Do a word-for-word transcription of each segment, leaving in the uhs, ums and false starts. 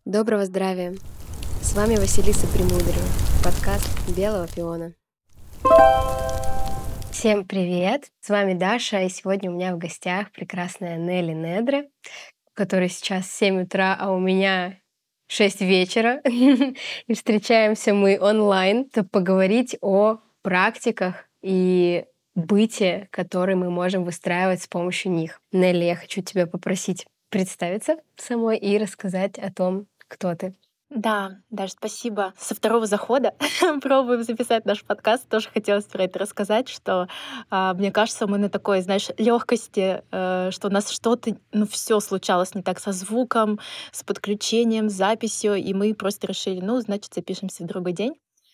Доброго здравия! С вами Василиса Премудрая, подкаст «Белого пиона». Всем привет! С вами Даша, и сегодня у меня в гостях прекрасная Нелли Недре, которой сейчас семь утра, а у меня шесть вечера. И встречаемся мы онлайн, чтобы поговорить о практиках и быте, которые мы можем выстраивать с помощью них. Нелли, я хочу тебя попросить представиться самой и рассказать о том, кто ты. Да, Даш, спасибо. Со второго захода пробуем записать наш подкаст. Тоже хотелось про это рассказать, что а, мне кажется, мы на такой, знаешь, легкости, э, что у нас что-то, ну, все случалось не так со звуком, с подключением, с записью, и мы просто решили, ну, значит, запишемся в другой день.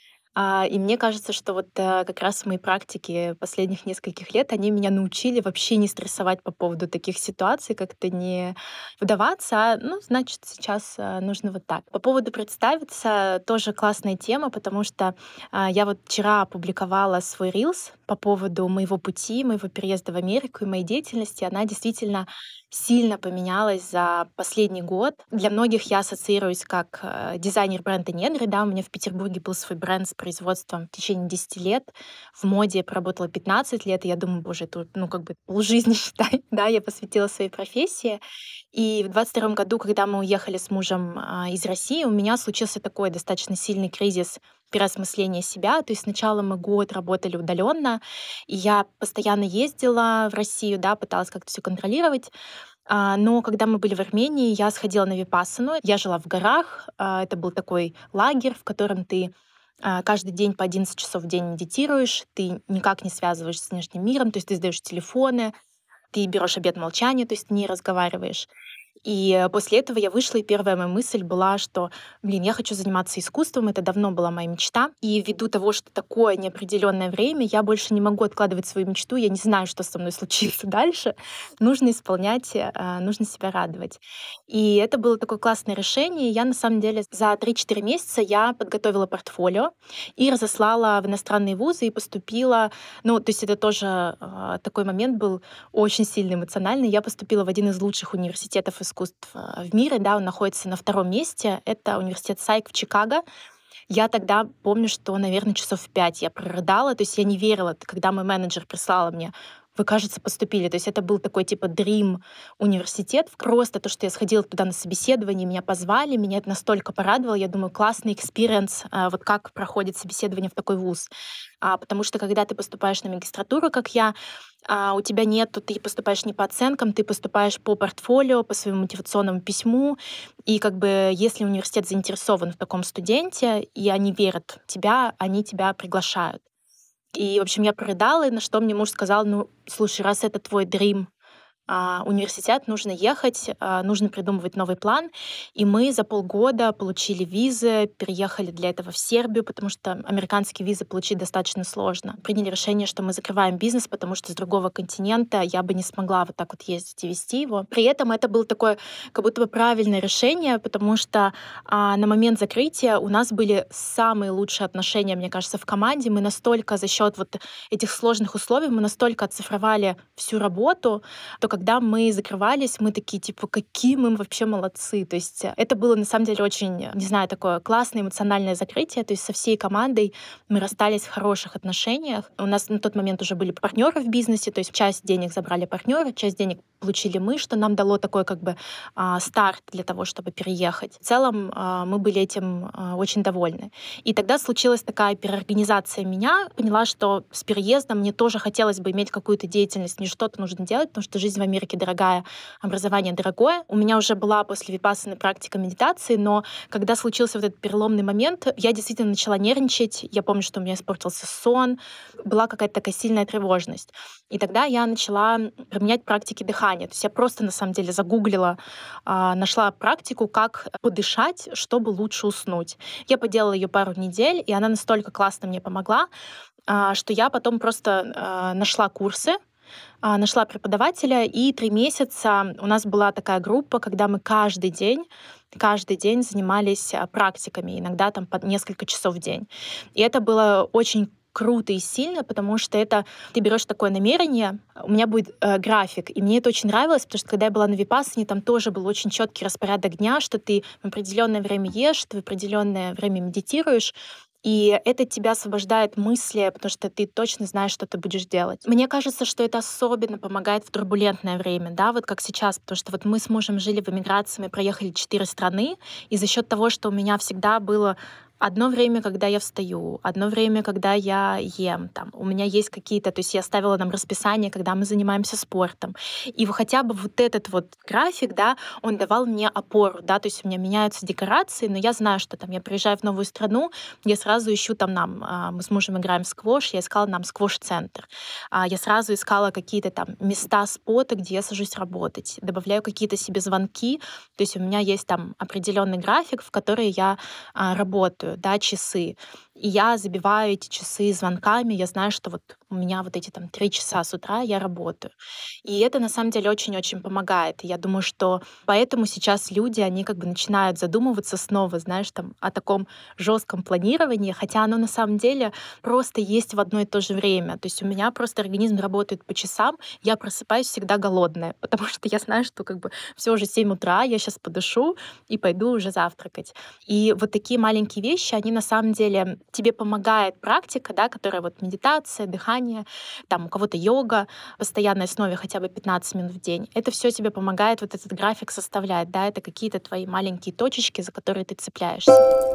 А, и мне кажется, что вот э, как раз мои практики последних нескольких лет, они меня научили вообще не стрессовать по поводу таких ситуаций, как-то не вдаваться, а, ну, значит, сейчас э, нужно вот так. По поводу представиться, тоже классная тема, потому что а, я вот вчера опубликовала свой рилс по поводу моего пути, моего переезда в Америку и моей деятельности. Она действительно сильно поменялась за последний год. Для многих я ассоциируюсь как э, дизайнер бренда Недре. Да, у меня в Петербурге был свой бренд с производством в течение десяти лет. В моде я проработала пятнадцать лет, и я думаю, боже, это ну как бы полжизни, считай. Да, я посвятила своей профессии. И в двадцать втором году, когда мы уехали с мужем а, из России, у меня случился такой достаточно сильный кризис переосмысления себя. То есть сначала мы год работали удаленно, и я постоянно ездила в Россию, да, пыталась как-то все контролировать. А, Но когда мы были в Армении, я сходила на Випассану. Я жила в горах. а, Это был такой лагерь, в котором ты а, каждый день по одиннадцать часов в день медитируешь, ты никак не связываешься с внешним миром, то есть ты сдаешь телефоны, ты берешь обет молчания, то есть не разговариваешь. И э, после этого я вышла, и первая моя мысль была, что, блин, я хочу заниматься искусством, это давно была моя мечта. И ввиду того, что такое неопределенное время, я больше не могу откладывать свою мечту, я не знаю, что со мной случится дальше. Нужно исполнять, э, нужно себя радовать. И это было такое классное решение. Я, на самом деле, за три-четыре месяца я подготовила портфолио и разослала в иностранные вузы и поступила. Ну, то есть это тоже э, такой момент был очень сильно эмоциональный. Я поступила в один из лучших университетов искусств э, в мире, да, он находится на втором месте. Это университет Сайк в Чикаго. Я тогда помню, что, наверное, часов пять я прорыдала, то есть я не верила, когда мой менеджер прислала мне: вы, кажется, поступили. То есть это был такой типа dream университет. Просто то, что я сходила туда на собеседование, меня позвали, меня это настолько порадовало. Я думаю, классный экспириенс, а, вот как проходит собеседование в такой вуз. А, потому что когда ты поступаешь на магистратуру, как я, а, у тебя нету, ты поступаешь не по оценкам, ты поступаешь по портфолио, по своему мотивационному письму. И как бы если университет заинтересован в таком студенте, и они верят в тебя, они тебя приглашают. И, в общем, я прорыдала, и на что мне муж сказал: ну, слушай, раз это твой dream а, университет, нужно ехать, а, нужно придумывать новый план. И мы за полгода получили визы, переехали для этого в Сербию, потому что американские визы получить достаточно сложно. Приняли решение, что мы закрываем бизнес, потому что с другого континента я бы не смогла вот так вот ездить и вести его. При этом это было такое как будто бы правильное решение, потому что а, на момент закрытия у нас были самые лучшие отношения, мне кажется, в команде. Мы настолько за счет вот этих сложных условий, мы настолько оцифровали всю работу, то когда мы закрывались, мы такие, типа, какие мы вообще молодцы. То есть э, это было, на самом деле, очень, не знаю, такое классное эмоциональное закрытие. То есть со всей командой мы расстались в хороших отношениях. У нас на тот момент уже были партнеры в бизнесе, то есть часть денег забрали партнеры, часть денег получили мы, что нам дало такой как бы а, старт для того, чтобы переехать. В целом а, мы были этим а, очень довольны. И тогда случилась такая переорганизация меня. Поняла, что с переездом мне тоже хотелось бы иметь какую-то деятельность, мне что-то нужно делать, потому что жизнь в Америке дорогая, образование дорогое. У меня уже была после випассаны практика медитации, но когда случился вот этот переломный момент, я действительно начала нервничать. Я помню, что у меня испортился сон, была какая-то такая сильная тревожность. И тогда я начала применять практики дыхания. То есть я просто, на самом деле, загуглила, а, нашла практику, как подышать, чтобы лучше уснуть. Я поделала ее пару недель, и она настолько классно мне помогла, а, что я потом просто а, нашла курсы, а, нашла преподавателя, и три месяца у нас была такая группа, когда мы каждый день каждый день занимались а, практиками, иногда там по несколько часов в день. И это было очень круто и сильно, потому что это ты берешь такое намерение, у меня будет э, график, и мне это очень нравилось, потому что когда я была на Випассане, там тоже был очень четкий распорядок дня, что ты в определенное время ешь, ты в определенное время медитируешь, и это тебя освобождает мысли, потому что ты точно знаешь, что ты будешь делать. Мне кажется, что это особенно помогает в турбулентное время, да, вот как сейчас, потому что вот мы с мужем жили в эмиграции, мы проехали четыре страны, и за счет того, что у меня всегда было одно время, когда я встаю, одно время, когда я ем, там, у меня есть какие-то, то есть я ставила нам расписание, когда мы занимаемся спортом. И вот хотя бы вот этот вот график, да, он давал мне опору, да, то есть у меня меняются декорации, но я знаю, что там я приезжаю в новую страну, я сразу ищу там нам, а, мы с мужем играем в сквош, я искала нам сквош-центр. А, Я сразу искала какие-то там места, споты, где я сажусь работать, добавляю какие-то себе звонки, то есть у меня есть там определенный график, в который я а, работаю, да, часы. И я забиваю эти часы звонками, я знаю, что вот у меня вот эти там три часа с утра я работаю. И это на самом деле очень-очень помогает. И я думаю, что поэтому сейчас люди, они как бы начинают задумываться снова, знаешь, там о таком жестком планировании, хотя оно на самом деле просто есть в одно и то же время. То есть у меня просто организм работает по часам, я просыпаюсь всегда голодная, потому что я знаю, что как бы все уже семь утра, я сейчас подышу и пойду уже завтракать. И вот такие маленькие вещи, они на самом деле тебе помогает практика, да, которая вот медитация, дыхание, там у кого-то йога, постоянной основе хотя бы пятнадцать минут в день. Это все тебе помогает вот этот график составлять, да, это какие-то твои маленькие точечки, за которые ты цепляешься.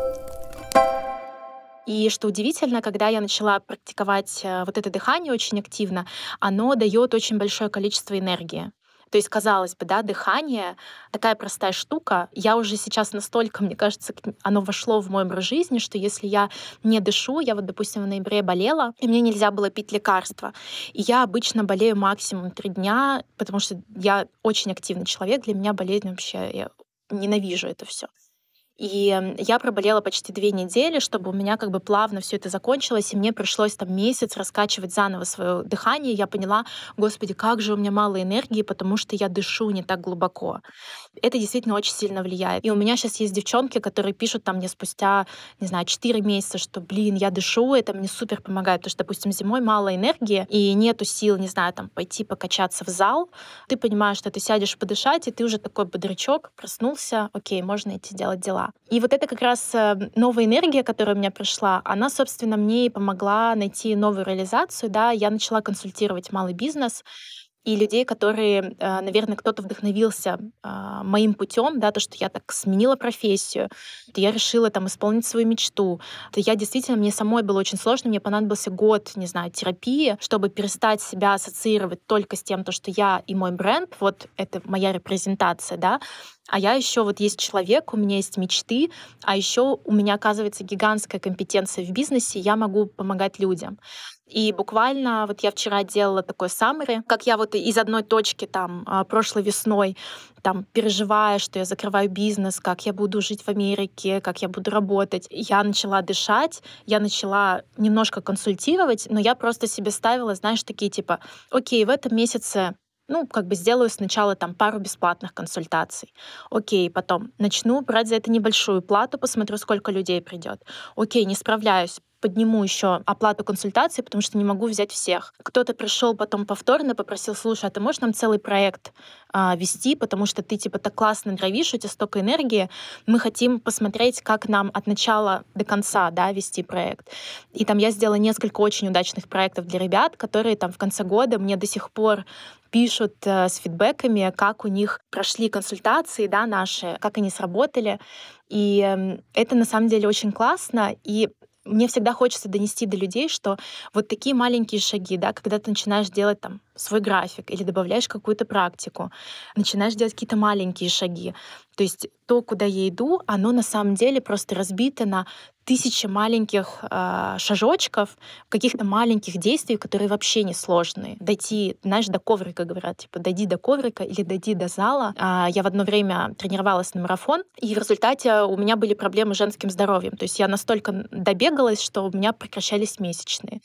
И что удивительно, когда я начала практиковать э, вот это дыхание очень активно, оно дает очень большое количество энергии. То есть, казалось бы, да, дыхание такая простая штука. Я уже сейчас настолько, мне кажется, к- оно вошло в мой образ жизни, что если я не дышу, я вот, допустим, в ноябре болела, и мне нельзя было пить лекарства. И я обычно болею максимум три дня, потому что я очень активный человек, для меня болезнь вообще, я ненавижу это все. И м, я проболела почти две недели, чтобы у меня как бы плавно все это закончилось, и мне пришлось там месяц раскачивать заново свое дыхание. Я поняла, господи, как же у меня мало энергии, потому что я дышу не так глубоко. Это действительно очень сильно влияет. И у меня сейчас есть девчонки, которые пишут там мне спустя, не знаю, четыре месяца, что, блин, я дышу, это мне супер помогает, потому что, допустим, зимой мало энергии, и нету сил, не знаю, там, пойти покачаться в зал. Ты понимаешь, что ты сядешь подышать, и ты уже такой бодрячок, проснулся, окей, можно идти делать дела. И вот это как раз э, новая энергия, которая у меня пришла, она, собственно, мне и помогла найти новую реализацию, да, я начала консультировать малый бизнес, и людей, которые, э, наверное, кто-то вдохновился а, моим путем, да, то, что я так сменила профессию, то я решила там исполнить свою мечту. То я действительно, мне самой было очень сложно, мне понадобился год, не знаю, терапии, чтобы перестать себя ассоциировать только с тем, то, что я и мой бренд, вот это моя репрезентация, да, а я еще вот есть человек, у меня есть мечты, а еще у меня оказывается гигантская компетенция в бизнесе, я могу помогать людям. И буквально вот я вчера делала такой summary, как я вот из одной точки там а, прошлой весной там переживая, что я закрываю бизнес, как я буду жить в Америке, как я буду работать. Я начала дышать, я начала немножко консультировать, но я просто себе ставила, знаешь, такие типа, окей, в этом месяце ну, как бы сделаю сначала там пару бесплатных консультаций. Окей, потом начну брать за это небольшую плату, посмотрю, сколько людей придет. Окей, не справляюсь, подниму еще оплату консультации, потому что не могу взять всех. Кто-то пришел потом повторно, попросил, слушай, а ты можешь нам целый проект а, вести, потому что ты типа так классно драйвишь, у тебя столько энергии, мы хотим посмотреть, как нам от начала до конца, да, вести проект. И там я сделала несколько очень удачных проектов для ребят, которые там в конце года мне до сих пор пишут э, с фидбэками, как у них прошли консультации, да, наши, как они сработали. И э, это на самом деле очень классно. И мне всегда хочется донести до людей, что вот такие маленькие шаги, да, когда ты начинаешь делать там свой график или добавляешь какую-то практику, начинаешь делать какие-то маленькие шаги. То есть то, куда я иду, оно на самом деле просто разбито на тысячи маленьких э, шажочков, каких-то маленьких действий, которые вообще не сложные. Дойти, знаешь, до коврика, говорят, типа, дойди до коврика или дойди до зала. А, я в одно время тренировалась на марафон, и в результате у меня были проблемы с женским здоровьем. То есть я настолько добегалась, что у меня прекращались месячные.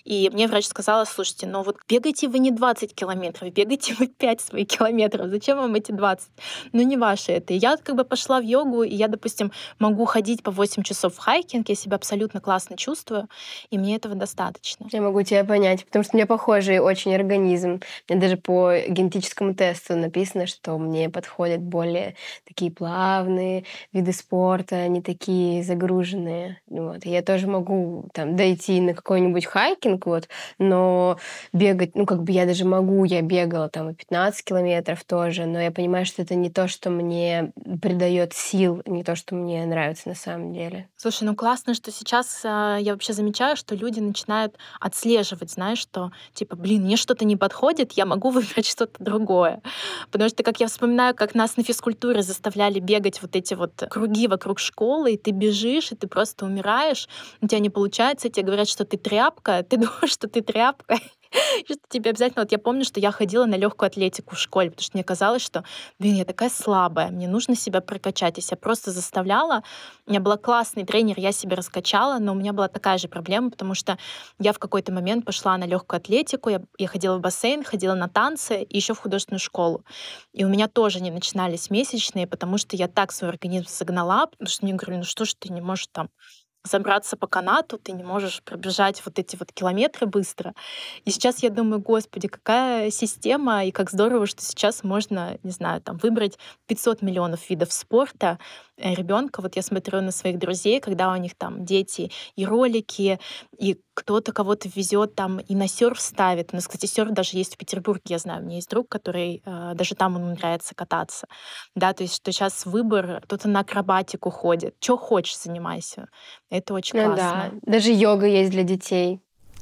И мне врач сказала: слушайте, ну вот бегайте вы не двадцать километров, бегайте вы пять своих километров. Зачем вам эти двадцать? Ну не ваше это. И я как бы пошла в йогу, и я, допустим, могу ходить по восемь часов в хайкинг, я себя абсолютно классно чувствую, и мне этого достаточно. Я могу тебя понять, потому что у меня похожий очень организм. У меня даже по генетическому тесту написано, что мне подходят более такие плавные виды спорта, не такие загруженные. Вот. И я тоже могу там дойти на какой-нибудь хайкинг, вот, но бегать, ну как бы я даже могу, я бегала там и пятнадцать километров тоже, но я понимаю, что это не то, что мне придает сил, не то, что мне нравится на самом деле. Слушай, ну классно, что сейчас а, я вообще замечаю, что люди начинают отслеживать, знаешь, что типа, блин, мне что-то не подходит, я могу выбрать что-то другое. Потому что, как я вспоминаю, как нас на физкультуре заставляли бегать вот эти вот круги вокруг школы, и ты бежишь, и ты просто умираешь, у тебя не получается, и тебе говорят, что ты тряпка, ты думаешь, что ты тряпка, и что тебе обязательно... Вот я помню, что я ходила на легкую атлетику в школе, потому что мне казалось, что, блин, я такая слабая, мне нужно себя прокачать. Я себя просто заставляла. У меня был классный тренер, я себя раскачала, но у меня была такая же проблема, потому что я в какой-то момент пошла на легкую атлетику, я, я ходила в бассейн, ходила на танцы и еще в художественную школу. И у меня тоже не начинались месячные, потому что я так свой организм загнала, потому что мне говорили, ну что ж ты не можешь там забраться по канату, ты не можешь пробежать вот эти вот километры быстро. И сейчас я думаю, господи, какая система, и как здорово, что сейчас можно, не знаю, там выбрать пятьсот миллионов видов спорта ребенка. Вот я смотрю на своих друзей, когда у них там дети и ролики, и кто-то кого-то везет там и на серф ставит. У нас, кстати, серф даже есть в Петербурге, я знаю, у меня есть друг, который э, даже там ему нравится кататься. Да, то есть что сейчас выбор, кто-то на акробатику ходит. Что хочешь, занимайся. Это очень Ну классно. да, даже йога есть для детей.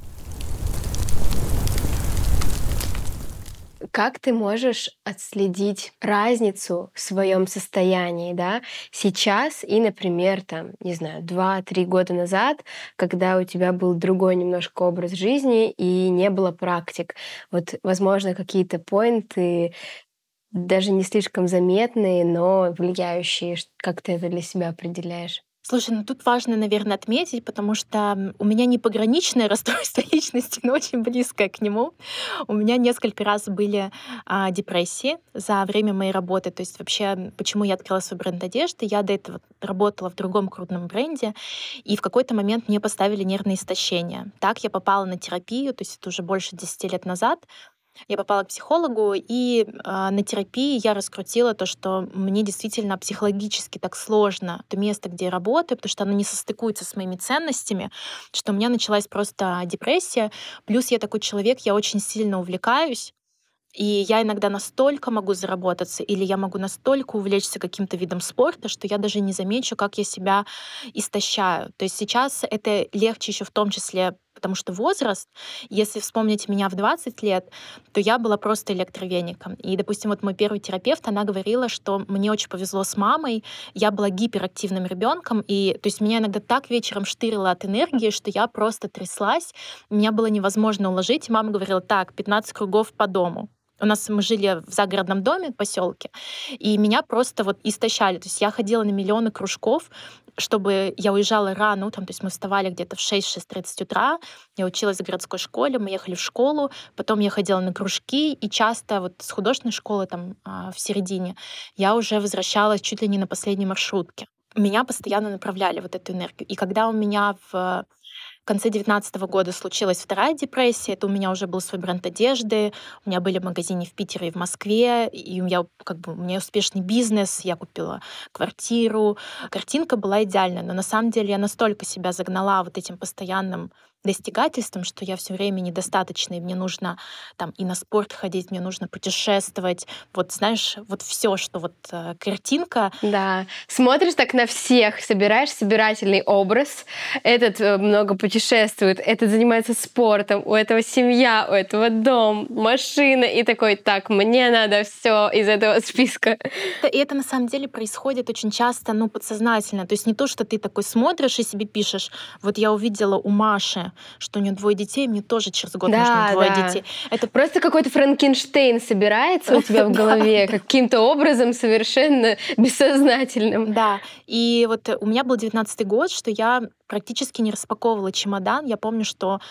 Как ты можешь отследить разницу в своем состоянии, да, сейчас и, например, там, не знаю, два-три года назад, когда у тебя был другой немножко образ жизни и не было практик? Вот, возможно, какие-то поинты, даже не слишком заметные, но влияющие. Ш- Как ты это для себя определяешь? Слушай, ну тут важно, наверное, отметить, потому что м, у меня не пограничное расстройство личности, но очень близкое к нему. У меня несколько раз были а, депрессии за время моей работы. То есть вообще, м, почему я открыла свой бренд одежды? Я до этого работала в другом крупном бренде, и в какой-то момент мне поставили нервное истощение. Так я попала на терапию, то есть это уже больше десяти лет назад. Я попала к психологу, и а, на терапии я раскрутила то, что мне действительно психологически так сложно то место, где я работаю, потому что оно не состыкуется с моими ценностями, что у меня началась просто депрессия. Плюс я такой человек, я очень сильно увлекаюсь, и я иногда настолько могу заработаться, или я могу настолько увлечься каким-то видом спорта, что я даже не замечу, как я себя истощаю. То есть сейчас это легче еще в том числе, потому что возраст, если вспомнить меня в двадцать лет, то я была просто электровеником. И, допустим, вот мой первый терапевт, она говорила, что мне очень повезло с мамой, я была гиперактивным ребенком, и то есть меня иногда так вечером штырило от энергии, что я просто тряслась, меня было невозможно уложить, и мама говорила: так, пятнадцать кругов по дому. У нас мы жили в загородном доме, в поселке, и меня просто вот истощали. То есть я ходила на миллионы кружков, чтобы я уезжала рано утром, то есть мы вставали где-то в шесть тридцать утра, я училась в городской школе, мы ехали в школу, потом я ходила на кружки, и часто вот с художественной школы там а, в середине я уже возвращалась чуть ли не на последней маршрутке. Меня постоянно направляли вот эту энергию. И когда у меня в в конце девятнадцатого года случилась вторая депрессия. Это у меня уже был свой бренд одежды, у меня были магазины в Питере и в Москве, и я как бы у меня успешный бизнес, я купила квартиру. Картинка была идеальная, но на самом деле я настолько себя загнала вот этим постоянным достигательством, что я все время недостаточно, и мне нужно там и на спорт ходить, мне нужно путешествовать. Вот знаешь, вот все, что вот э, картинка. Да, смотришь так на всех, собираешь собирательный образ. Этот э, много путешествует, этот занимается спортом, у этого семья, у этого дом, машина, и такой: так, мне надо все из этого списка. И это на самом деле происходит очень часто, ну, подсознательно. То есть не то, что ты такой смотришь и себе пишешь: вот я увидела у Маши, что у нее двое детей, мне тоже через год нужно Да, двое да. детей. Это просто какой-то Франкенштейн собирается у тебя в голове каким-то образом совершенно бессознательным. Да, и вот у меня был девятнадцатый год, что я практически не распаковывала чемодан. Я помню, что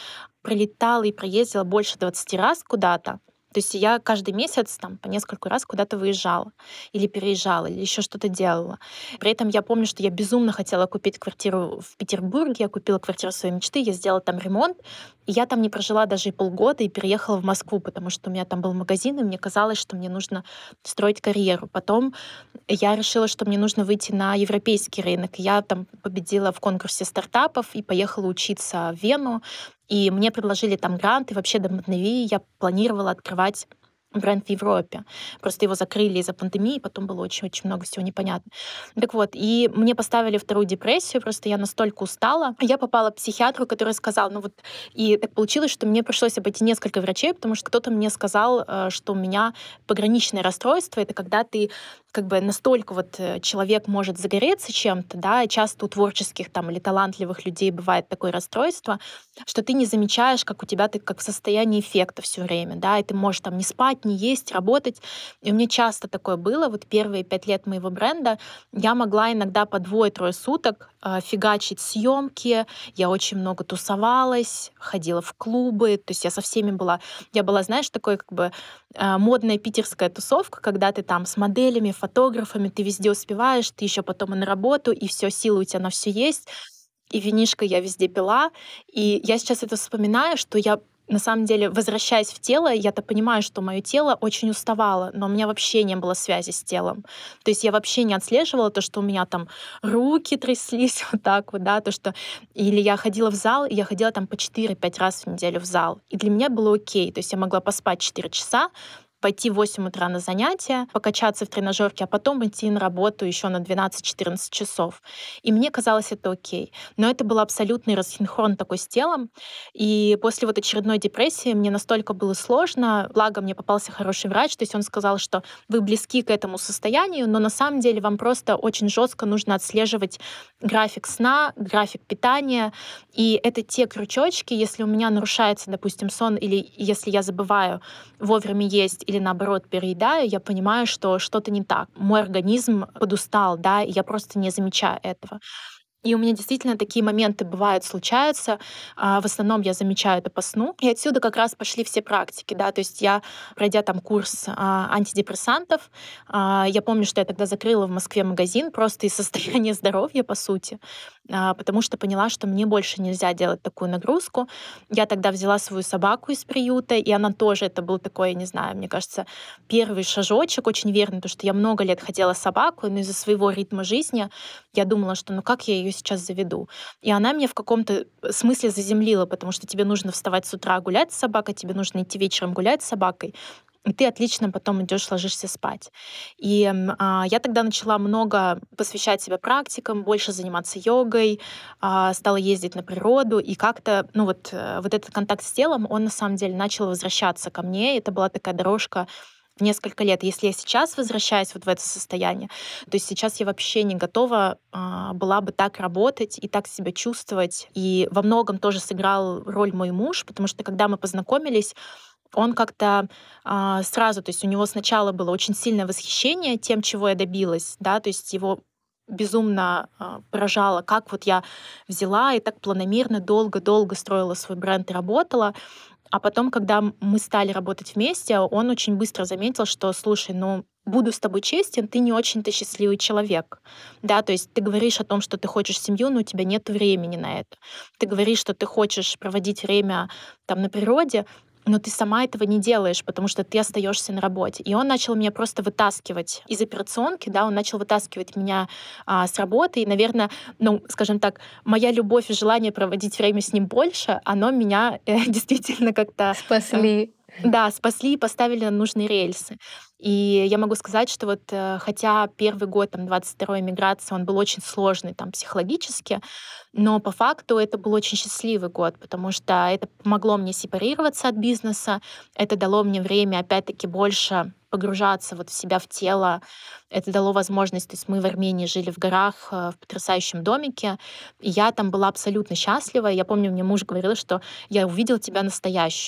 пролетала и проездила больше двадцати раз куда-то. То есть я каждый месяц там по несколько раз куда-то выезжала или переезжала, или еще что-то делала. При этом я помню, что я безумно хотела купить квартиру в Петербурге. Я купила квартиру своей мечты, я сделала там ремонт. И я там не прожила даже и полгода и переехала в Москву, потому что у меня там был магазин, и мне казалось, что мне нужно строить карьеру. Потом я решила, что мне нужно выйти на европейский рынок. Я там победила в конкурсе стартапов и поехала учиться в Вену. И мне предложили там грант, и вообще до Модневии я планировала открывать бренд в Европе. Просто его закрыли из-за пандемии, потом было очень-очень много всего непонятно. Так вот, и мне поставили вторую депрессию, просто я настолько устала. Я попала к психиатру, который сказал, ну вот, и так получилось, что мне пришлось обойти несколько врачей, потому что кто-то мне сказал, э, что у меня пограничное расстройство, это когда ты как бы настолько вот э, человек может загореться чем-то, да, и часто у творческих там или талантливых людей бывает такое расстройство, что ты не замечаешь, как у тебя ты как в состоянии эффекта все время, да, и ты можешь там не спать, не есть, работать. И у меня часто такое было. Вот первые пять лет моего бренда я могла иногда по двое-трое суток э, фигачить съемки. Я очень много тусовалась, ходила в клубы. То есть я со всеми была... Я была, знаешь, такой как бы э, модная питерская тусовка, когда ты там с моделями, фотографами, ты везде успеваешь, ты еще потом и на работу, и все, силы у тебя на все есть. И винишко я везде пила. И я сейчас это вспоминаю, что я на самом деле, возвращаясь в тело, я-то понимаю, что мое тело очень уставало, но у меня вообще не было связи с телом. То есть я вообще не отслеживала то, что у меня там руки тряслись вот так вот, да, то, что... Или я ходила в зал, и я ходила там по четыре-пять раз в неделю в зал. И для меня было окей. То есть я могла поспать четыре часа, пойти в восемь утра на занятия, покачаться в тренажерке, а потом идти на работу еще на двенадцать-четырнадцать часов. И мне казалось это окей. Но это был абсолютный рассинхрон такой с телом. И после вот очередной депрессии мне настолько было сложно, благо мне попался хороший врач, то есть он сказал, что вы близки к этому состоянию, но на самом деле вам просто очень жестко нужно отслеживать график сна, график питания. И это те крючочки, если у меня нарушается, допустим, сон, или если я забываю вовремя есть, или наоборот переедаю, я понимаю, что что-то не так. Мой организм подустал, да, и я просто не замечаю этого. И у меня действительно такие моменты бывают, случаются. А, В основном я замечаю это по сну. И отсюда как раз пошли все практики. Да? То есть я, пройдя там курс а, антидепрессантов, а, я помню, что я тогда закрыла в Москве магазин просто из состояния здоровья, по сути, а, потому что поняла, что мне больше нельзя делать такую нагрузку. Я тогда взяла свою собаку из приюта, и она тоже, это был такой, я не знаю, мне кажется, первый шажочек очень верный, потому что я много лет хотела собаку, но из-за своего ритма жизни я думала, что ну как я ее сейчас заведу. И она меня в каком-то смысле заземлила, потому что тебе нужно вставать с утра гулять с собакой, тебе нужно идти вечером гулять с собакой, и ты отлично потом идешь, ложишься спать. И м, а, я тогда начала много посвящать себя практикам, больше заниматься йогой, а, стала ездить на природу, и как-то, ну вот, э, вот этот контакт с телом, он на самом деле начал возвращаться ко мне. Это была такая дорожка в несколько лет. Если я сейчас возвращаюсь вот в это состояние, то есть сейчас я вообще не готова а, была бы так работать и так себя чувствовать. И во многом тоже сыграл роль мой муж, потому что когда мы познакомились, он как-то а, сразу, то есть у него сначала было очень сильное восхищение тем, чего я добилась, да, то есть его безумно а, поражало, как вот я взяла и так планомерно долго-долго строила свой бренд и работала. А потом, когда м- мы стали работать вместе, он очень быстро заметил, что, слушай, ну, буду с тобой честен, ты не очень-то счастливый человек. Да, то есть ты говоришь о том, что ты хочешь семью, но у тебя нет времени на это. Ты говоришь, что ты хочешь проводить время там на природе, но ты сама этого не делаешь, потому что ты остаешься на работе. И он начал меня просто вытаскивать из операционки, да, он начал вытаскивать меня а, с работы. И, наверное, ну, скажем так, моя любовь и желание проводить время с ним больше, оно меня э, действительно как-то... э, Спасли. да, спасли и поставили на нужные рельсы. И я могу сказать, что вот э, хотя первый год, там, двадцать второй эмиграции, он был очень сложный там психологически, но по факту это был очень счастливый год, потому что это помогло мне сепарироваться от бизнеса, это дало мне время, опять-таки, больше погружаться вот в себя, в тело. Это дало возможность, то есть мы в Армении жили в горах, э, в потрясающем домике, и я там была абсолютно счастлива. Я помню, мне муж говорил, что я увидел тебя настоящую,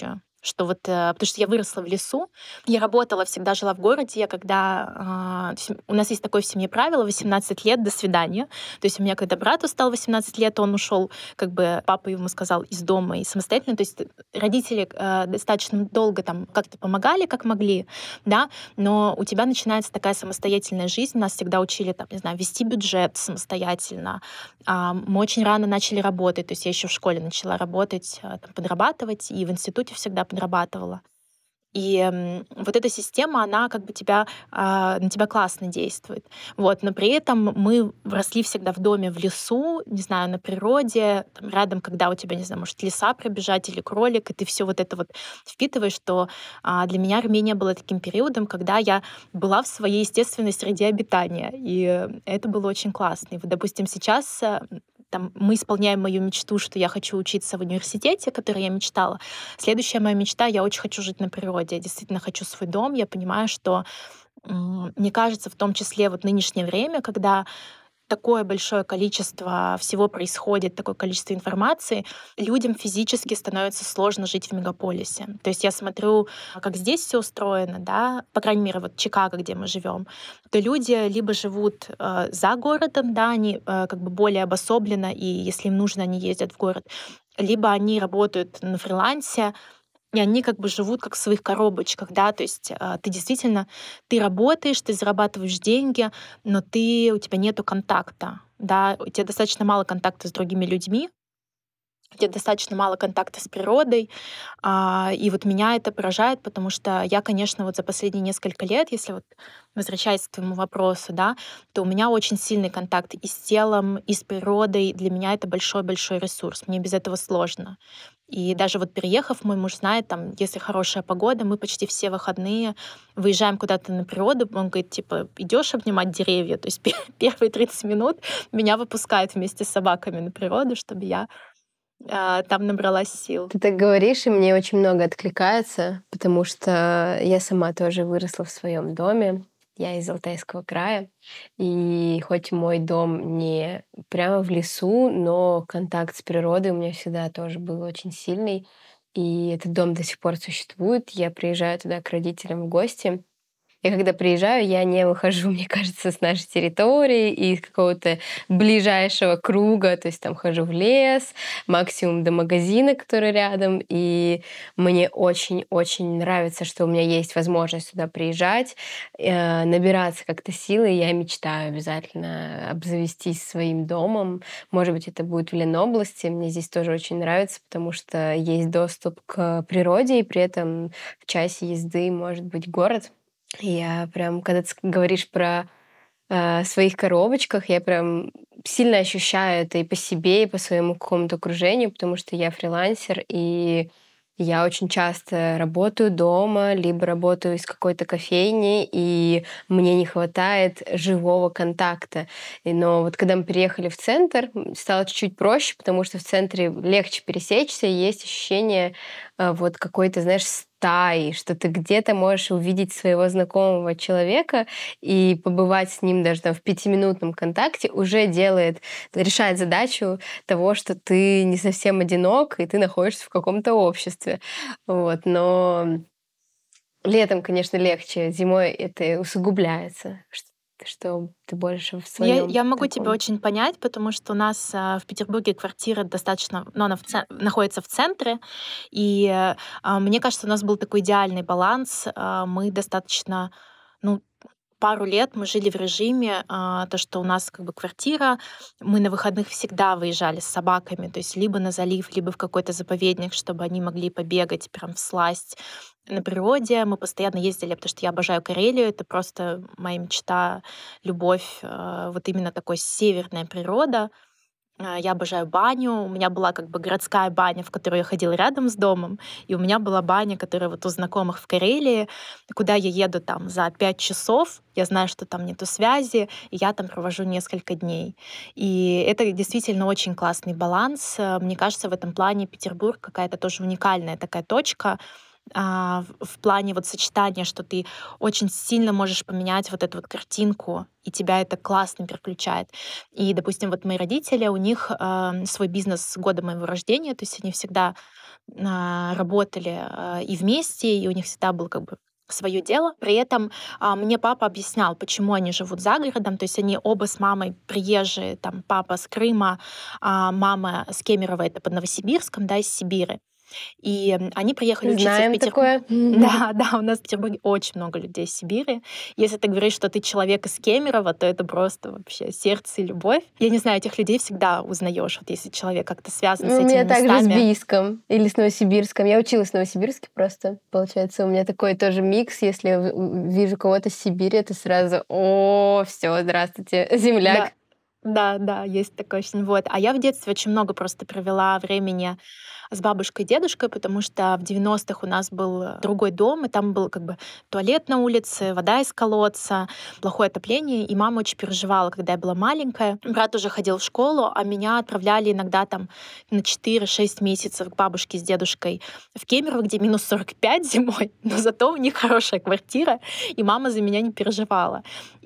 что вот, э, потому что я выросла в лесу, я работала, всегда жила в городе. Я когда, а, то есть у нас есть такое в семье правило: восемнадцать лет — до свидания. То есть у меня когда брату стало восемнадцать лет, он ушел, как бы папа ему сказал, из дома и самостоятельно. То есть родители э, достаточно долго там как-то помогали, как могли, да, но у тебя начинается такая самостоятельная жизнь. Нас всегда учили, там, не знаю, вести бюджет самостоятельно. А, Мы очень рано начали работать. То есть я еще в школе начала работать, э, там, подрабатывать, и в институте всегда подрабатывала. И м, вот эта система, она как бы тебя, а, на тебя классно действует. Вот. Но при этом мы росли всегда в доме, в лесу, не знаю, на природе, там, рядом, когда у тебя, не знаю, может лиса пробежать или кролик, и ты все вот это вот впитываешь, что а, для меня Армения была таким периодом, когда я была в своей естественной среде обитания. И э, это было очень классно. И вот, допустим, сейчас э, там, мы исполняем мою мечту, что я хочу учиться в университете, о которой я мечтала. Следующая моя мечта — я очень хочу жить на природе. Я действительно хочу свой дом. Я понимаю, что, м, мне кажется, в том числе вот нынешнее время, когда такое большое количество всего происходит, такое количество информации, людям физически становится сложно жить в мегаполисе. То есть я смотрю, как здесь все устроено, да, по крайней мере, вот Чикаго, где мы живем, то люди либо живут э, за городом, да, они э, как бы более обособленно, и если им нужно, они ездят в город, либо они работают на фрилансе, и они как бы живут как в своих коробочках, да, то есть а, ты действительно, ты работаешь, ты зарабатываешь деньги, но ты, у тебя нету контакта, да, у тебя достаточно мало контакта с другими людьми, у тебя достаточно мало контакта с природой. А, И вот меня это поражает, потому что я, конечно, вот за последние несколько лет, если вот возвращаясь к твоему вопросу, да, то у меня очень сильный контакт и с телом, и с природой. Для меня это большой-большой ресурс. Мне без этого сложно. И даже вот переехав, мой муж знает, там, если хорошая погода, мы почти все выходные выезжаем куда-то на природу. Он говорит, типа, идешь обнимать деревья. То есть пе- первые тридцать минут меня выпускают вместе с собаками на природу, чтобы я а, там набралась сил. Ты так говоришь, и мне очень много откликается, потому что я сама тоже выросла в своем доме. Я из Алтайского края, и хоть мой дом не прямо в лесу, но контакт с природой у меня всегда тоже был очень сильный. И этот дом до сих пор существует. Я приезжаю туда к родителям в гости. Я когда приезжаю, я не выхожу, мне кажется, с нашей территории и из какого-то ближайшего круга. То есть там хожу в лес, максимум до магазина, который рядом. И мне очень-очень нравится, что у меня есть возможность туда приезжать, э, набираться как-то силы. Я мечтаю обязательно обзавестись своим домом. Может быть, это будет в Ленобласти. Мне здесь тоже очень нравится, потому что есть доступ к природе, и при этом в часе езды может быть город. Я прям, когда ты ск говоришь про, э, своих коробочках, я прям сильно ощущаю это и по себе, и по своему какому-то окружению, потому что я фрилансер, и я очень часто работаю дома, либо работаю из какой-то кофейни, и мне не хватает живого контакта. И, но вот когда мы переехали в центр, м, стало чуть-чуть проще, потому что в центре легче пересечься, и есть ощущение, э, вот какой-то, знаешь, стаи, что ты где-то можешь увидеть своего знакомого человека и побывать с ним даже там в пятиминутном контакте уже делает, решает задачу того, что ты не совсем одинок, и ты находишься в каком-то обществе. Вот. Но летом, конечно, легче, зимой это усугубляется, что, что ты больше в Я, своем я могу тебя таком. очень понять, потому что у нас а, в Петербурге квартира достаточно, ну, она в ц- находится в центре, и э, а, мне кажется, у нас был такой идеальный баланс. А, мы достаточно, ну, пару лет мы жили в режиме, а, то, что у нас как бы квартира, мы на выходных всегда выезжали с собаками, то есть либо на залив, либо в какой-то заповедник, чтобы они могли побегать прям всласть на природе. Мы постоянно ездили, потому что я обожаю Карелию, это просто моя мечта, любовь, а, вот именно такой северная природа. А, Я обожаю баню. У меня была как бы городская баня, в которую я ходила рядом с домом. И у меня была баня, которая вот у знакомых в Карелии, куда я еду там за пять часов. Я знаю, что там нету связи, и я там провожу несколько дней. И это действительно очень классный баланс. Э, Мне кажется, в этом плане Петербург какая-то тоже уникальная такая точка, а, в в плане вот сочетания, что ты очень сильно можешь поменять вот эту вот картинку, и тебя это классно переключает. И, допустим, вот мои родители, у них ам, свой бизнес с года моего рождения, то есть они всегда а, работали а, и вместе, и у них всегда был как бы свое дело. При этом а, мне папа объяснял, почему они живут за городом. То есть они оба с мамой приезжие, там папа с Крыма, а мама с Кемерово, это под Новосибирском, да, из Сибири. И они приехали учиться в Знаем Петербург. такое. Да, да, у нас в Петербурге очень много людей из Сибири. Если ты говоришь, что ты человек из Кемерово, то это просто вообще сердце и любовь. Я не знаю, этих людей всегда узнаешь, вот если человек как-то связан с Ну, у этими меня также с местами. Бийском или с Новосибирском. Я училась в Новосибирске просто, получается. У меня такой тоже микс. Если я в- вижу кого-то с Сибири, это сразу: о, все, здравствуйте, земляк. Да, да, да, есть такое очень. Вот. А я в детстве очень много просто провела времени с бабушкой и дедушкой, потому что в девяностых у нас был э, другой дом, и там был как бы туалет на улице, вода из колодца, плохое отопление, и мама очень переживала, когда я была маленькая. Брат уже ходил в школу, а меня отправляли иногда там на четыре-шесть месяцев к бабушке с дедушкой в Кемерово, где минус сорок пять зимой, но зато у них хорошая квартира, и мама за меня не переживала.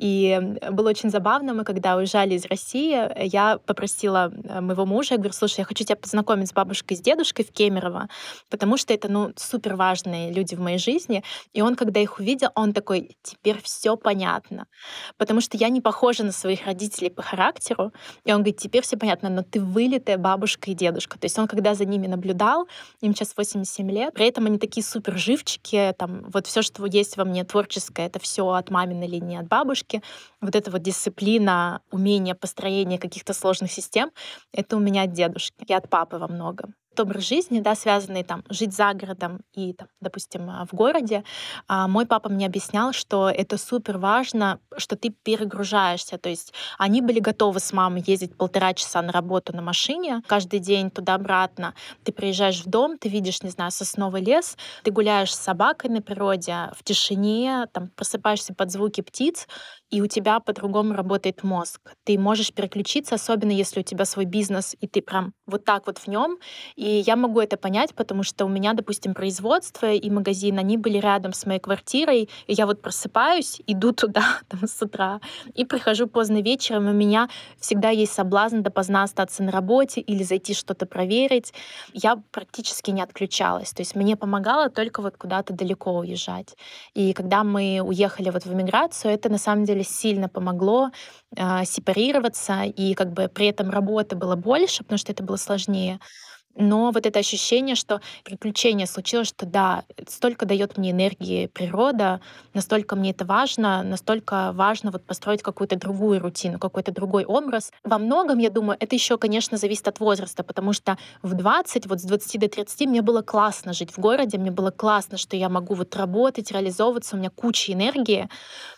И м, было очень забавно, мы когда уезжали из России, э, я попросила э, моего мужа, я говорю: слушай, я хочу тебя познакомить с бабушкой и с дедушкой в Кемерово, потому что это, ну, супер важные люди в моей жизни. И он, когда их увидел, он такой: теперь все понятно. Потому что я не похожа на своих родителей по характеру. И он говорит: теперь все понятно, но ты вылитая бабушка и дедушка. То есть он, когда за ними наблюдал, им сейчас восемьдесят семь лет, при этом они такие супер живчики, там, вот все, что есть во мне творческое, это все от маминой линии, от бабушки. Вот эта вот дисциплина, умение построения каких-то сложных систем, это у меня от дедушки и от папы во многом. Образ жизни, да, связанный там жить за городом и, там, допустим, а, в городе, а, мой папа мне объяснял, что это супер важно, что ты перегружаешься. То есть они были готовы с мамой ездить полтора часа на работу на машине каждый день туда-обратно. Ты приезжаешь в дом, ты видишь, не знаю, сосновый лес, ты гуляешь с собакой на природе в тишине, там просыпаешься под звуки птиц, и у тебя по-другому работает мозг. Ты можешь переключиться, особенно если у тебя свой бизнес, и ты прям вот так вот в нем. И я могу это понять, потому что у меня, допустим, производство и магазин, они были рядом с моей квартирой, и я вот просыпаюсь, иду туда там, с утра, и прихожу поздно вечером, и у меня всегда есть соблазн допоздна остаться на работе или зайти что-то проверить. Я практически не отключалась. То есть мне помогало только вот куда-то далеко уезжать. И когда мы уехали вот в эмиграцию, это на самом деле сильно помогло э, сепарироваться, и как бы при этом работы было больше, потому что это было сложнее. Но вот это ощущение, что приключение случилось, что да, столько дает мне энергии природа, настолько мне это важно, настолько важно вот построить какую-то другую рутину, какой-то другой образ. Во многом, я думаю, это еще, конечно, зависит от возраста, потому что в двадцать, вот с двадцати до тридцати мне было классно жить в городе, мне было классно, что я могу вот работать, реализовываться, у меня куча энергии,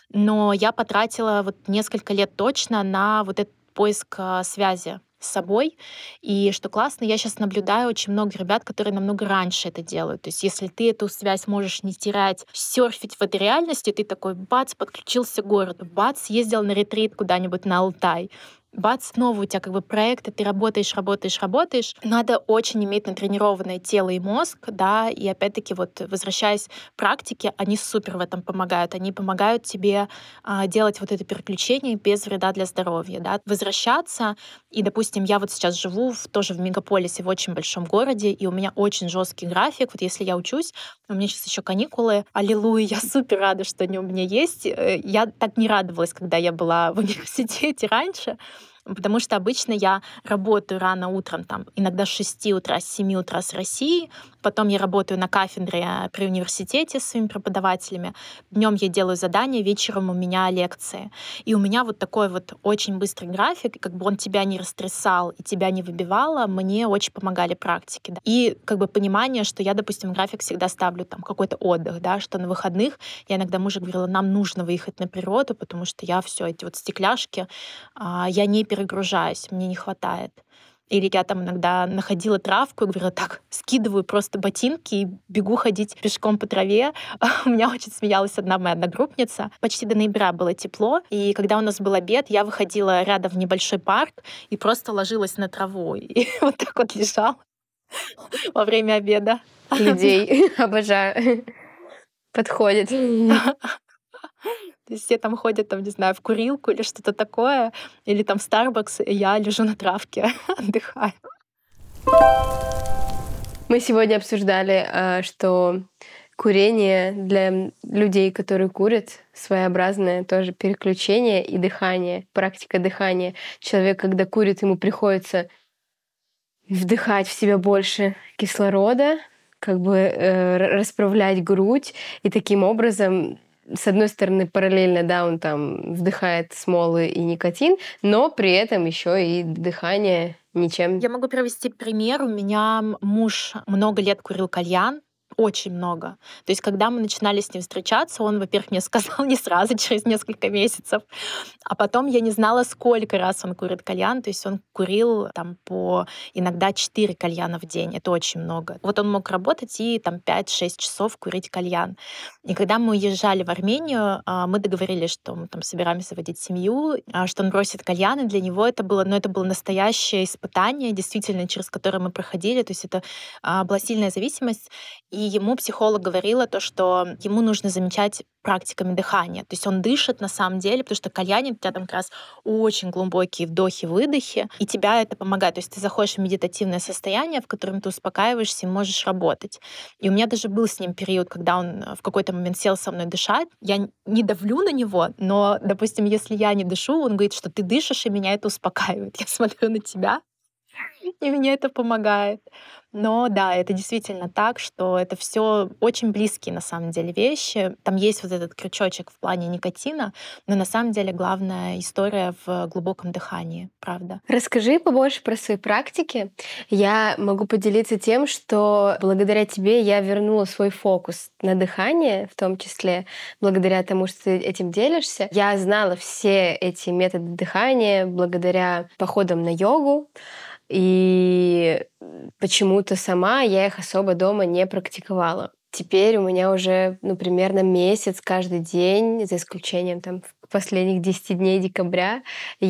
но я потратила вот несколько лет точно на вот этот поиск а, связи с собой. И что классно, я сейчас наблюдаю очень много ребят, которые намного раньше это делают. То есть если ты эту связь можешь не терять, серфить в этой реальности, ты такой бац, подключился к городу, бац, съездил на ретрит куда-нибудь на Алтай, бац, снова у тебя как бы проекты, ты работаешь, работаешь, работаешь. Надо очень иметь натренированное тело и мозг, да, и опять-таки вот возвращаясь к практике, они супер в этом помогают. Они помогают тебе а, делать вот это переключение без вреда для здоровья, да, возвращаться. И, допустим, я вот сейчас живу в, тоже в мегаполисе, в очень большом городе, и у меня очень жесткий график. Вот если я учусь, у меня сейчас еще каникулы, аллилуйя, я супер рада, что они у меня есть. Э, Я так не радовалась, когда я была в университете раньше, потому что обычно я работаю рано утром, там, иногда с шести утра, с семи утра с России, потом я работаю на кафедре при университете с своими преподавателями, днем я делаю задания, вечером у меня лекции. И у меня вот такой вот очень быстрый график, как бы он тебя не растрясал и тебя не выбивало, мне очень помогали практики. Да. И как бы понимание, что я, допустим, график всегда ставлю там какой-то отдых, да, что на выходных я иногда мужу говорила, нам нужно выехать на природу, потому что я все эти вот стекляшки, а, я не перегружаюсь, мне не хватает. Или я там иногда находила травку и говорила, так, скидываю просто ботинки и бегу ходить пешком по траве. У меня очень смеялась одна моя одногруппница. Почти до ноября было тепло, и когда у нас был обед, я выходила рядом в небольшой парк и просто ложилась на траву. И вот так вот лежала во время обеда. Людей обожаю. Подходит. То есть все там ходят, там, не знаю, в курилку или что-то такое, или там в Starbucks, и я лежу на травке, отдыхаю. Мы сегодня обсуждали, а, что курение для людей, которые курят, своеобразное тоже переключение и дыхание, практика дыхания. Человек, когда курит, ему приходится вдыхать в себя больше кислорода, как бы э, р- расправлять грудь, и таким образом, с одной стороны, параллельно, да, он там вдыхает смолы и никотин, но при этом еще и дыхание ничем. Я могу привести пример. У меня муж много лет курил кальян, очень много. То есть, когда мы начинали с ним встречаться, он, во-первых, мне сказал не сразу, через несколько месяцев, а потом я не знала, сколько раз он курит кальян. То есть он курил там по иногда четыре кальяна в день. Это очень много. Вот он мог работать и там пять-шесть часов курить кальян. И когда мы уезжали в Армению, а, мы договорились, что мы там собираемся заводить семью, а, что он бросит кальян, и для него это было, ну, это было настоящее испытание, действительно, через которое мы проходили. То есть это а, была сильная зависимость. И ему психолог говорила то, что ему нужно замечать практиками дыхания. То есть он дышит на самом деле, потому что кальянит, у тебя там как раз очень глубокие вдохи-выдохи, и тебя это помогает. То есть ты заходишь в медитативное состояние, в котором ты успокаиваешься и можешь работать. И у меня даже был с ним период, когда он в какой-то момент сел со мной дышать. Я не давлю на него, но, допустим, если я не дышу, он говорит, что ты дышишь, и меня это успокаивает. Я смотрю на тебя, и мне это помогает. Но да, это действительно так, что это все очень близкие на самом деле вещи. Там есть вот этот крючочек в плане никотина, но на самом деле главная история в глубоком дыхании, правда. Расскажи побольше про свои практики. Я могу поделиться тем, что благодаря тебе я вернула свой фокус на дыхание, в том числе благодаря тому, что ты этим делишься. Я знала все эти методы дыхания благодаря походам на йогу, и почему-то сама я их особо дома не практиковала. Теперь у меня уже, ну, примерно месяц каждый день, за исключением там последних десяти дней декабря,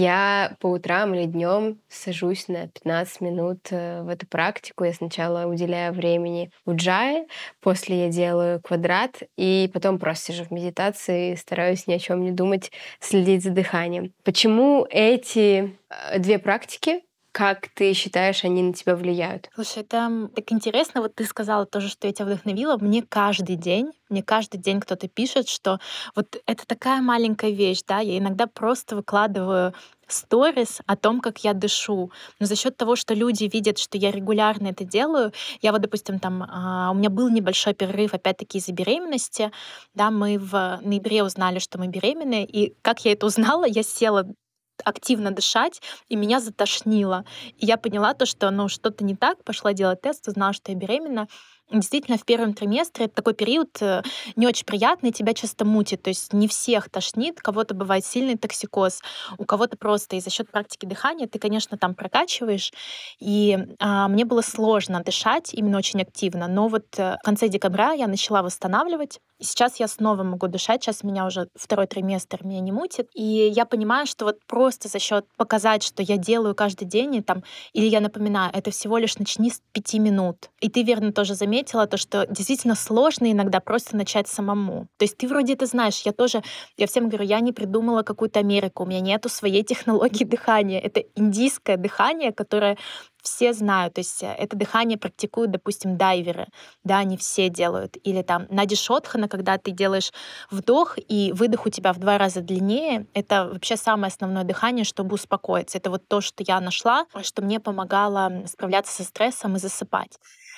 я по утрам или днем сажусь на пятнадцать минут э, в эту практику. Я сначала уделяю времени уджае, после я делаю квадрат, и потом просто сижу в медитации, стараюсь ни о чем не думать, следить за дыханием. Почему эти э, две практики, как ты считаешь, они на тебя влияют? Слушай, это м, так интересно. Вот ты сказала тоже, что я тебя вдохновила. Мне каждый день, мне каждый день кто-то пишет, что вот это такая маленькая вещь, да, я иногда просто выкладываю сторис о том, как я дышу. Но за счет того, что люди видят, что я регулярно это делаю, я вот, допустим, там, а, у меня был небольшой перерыв, опять-таки, из-за беременности, да, мы в ноябре узнали, что мы беременны, и как я это узнала, я села активно дышать, и меня затошнило. И я поняла то, что ну, что-то не так, пошла делать тест, узнала, что я беременна. И действительно, в первом триместре это такой период э, не очень приятный, тебя часто мутит. То есть не всех тошнит, кого-то бывает сильный токсикоз, у кого-то просто. И за счет практики дыхания ты, конечно, там прокачиваешь. И а, мне было сложно дышать именно очень активно. Но вот э, в конце декабря я начала восстанавливать. И сейчас я снова могу дышать. Сейчас меня уже второй триместр меня не мутит. И я понимаю, что вот просто за счет показать, что я делаю каждый день, и там, или я напоминаю, это всего лишь начни с пяти минут. И ты верно тоже заметила то, что действительно сложно иногда просто начать самому. То есть ты вроде это знаешь, я тоже, я всем говорю, я не придумала какую-то Америку, у меня нету своей технологии дыхания. Это индийское дыхание, которое все знают. То есть э, это дыхание практикуют, допустим, дайверы. Да, они все делают. Или там нади шотхана, когда ты делаешь вдох, и выдох у тебя в два раза длиннее. Это вообще самое основное дыхание, чтобы успокоиться. Это вот то, что я нашла, что мне помогало справляться со стрессом и засыпать.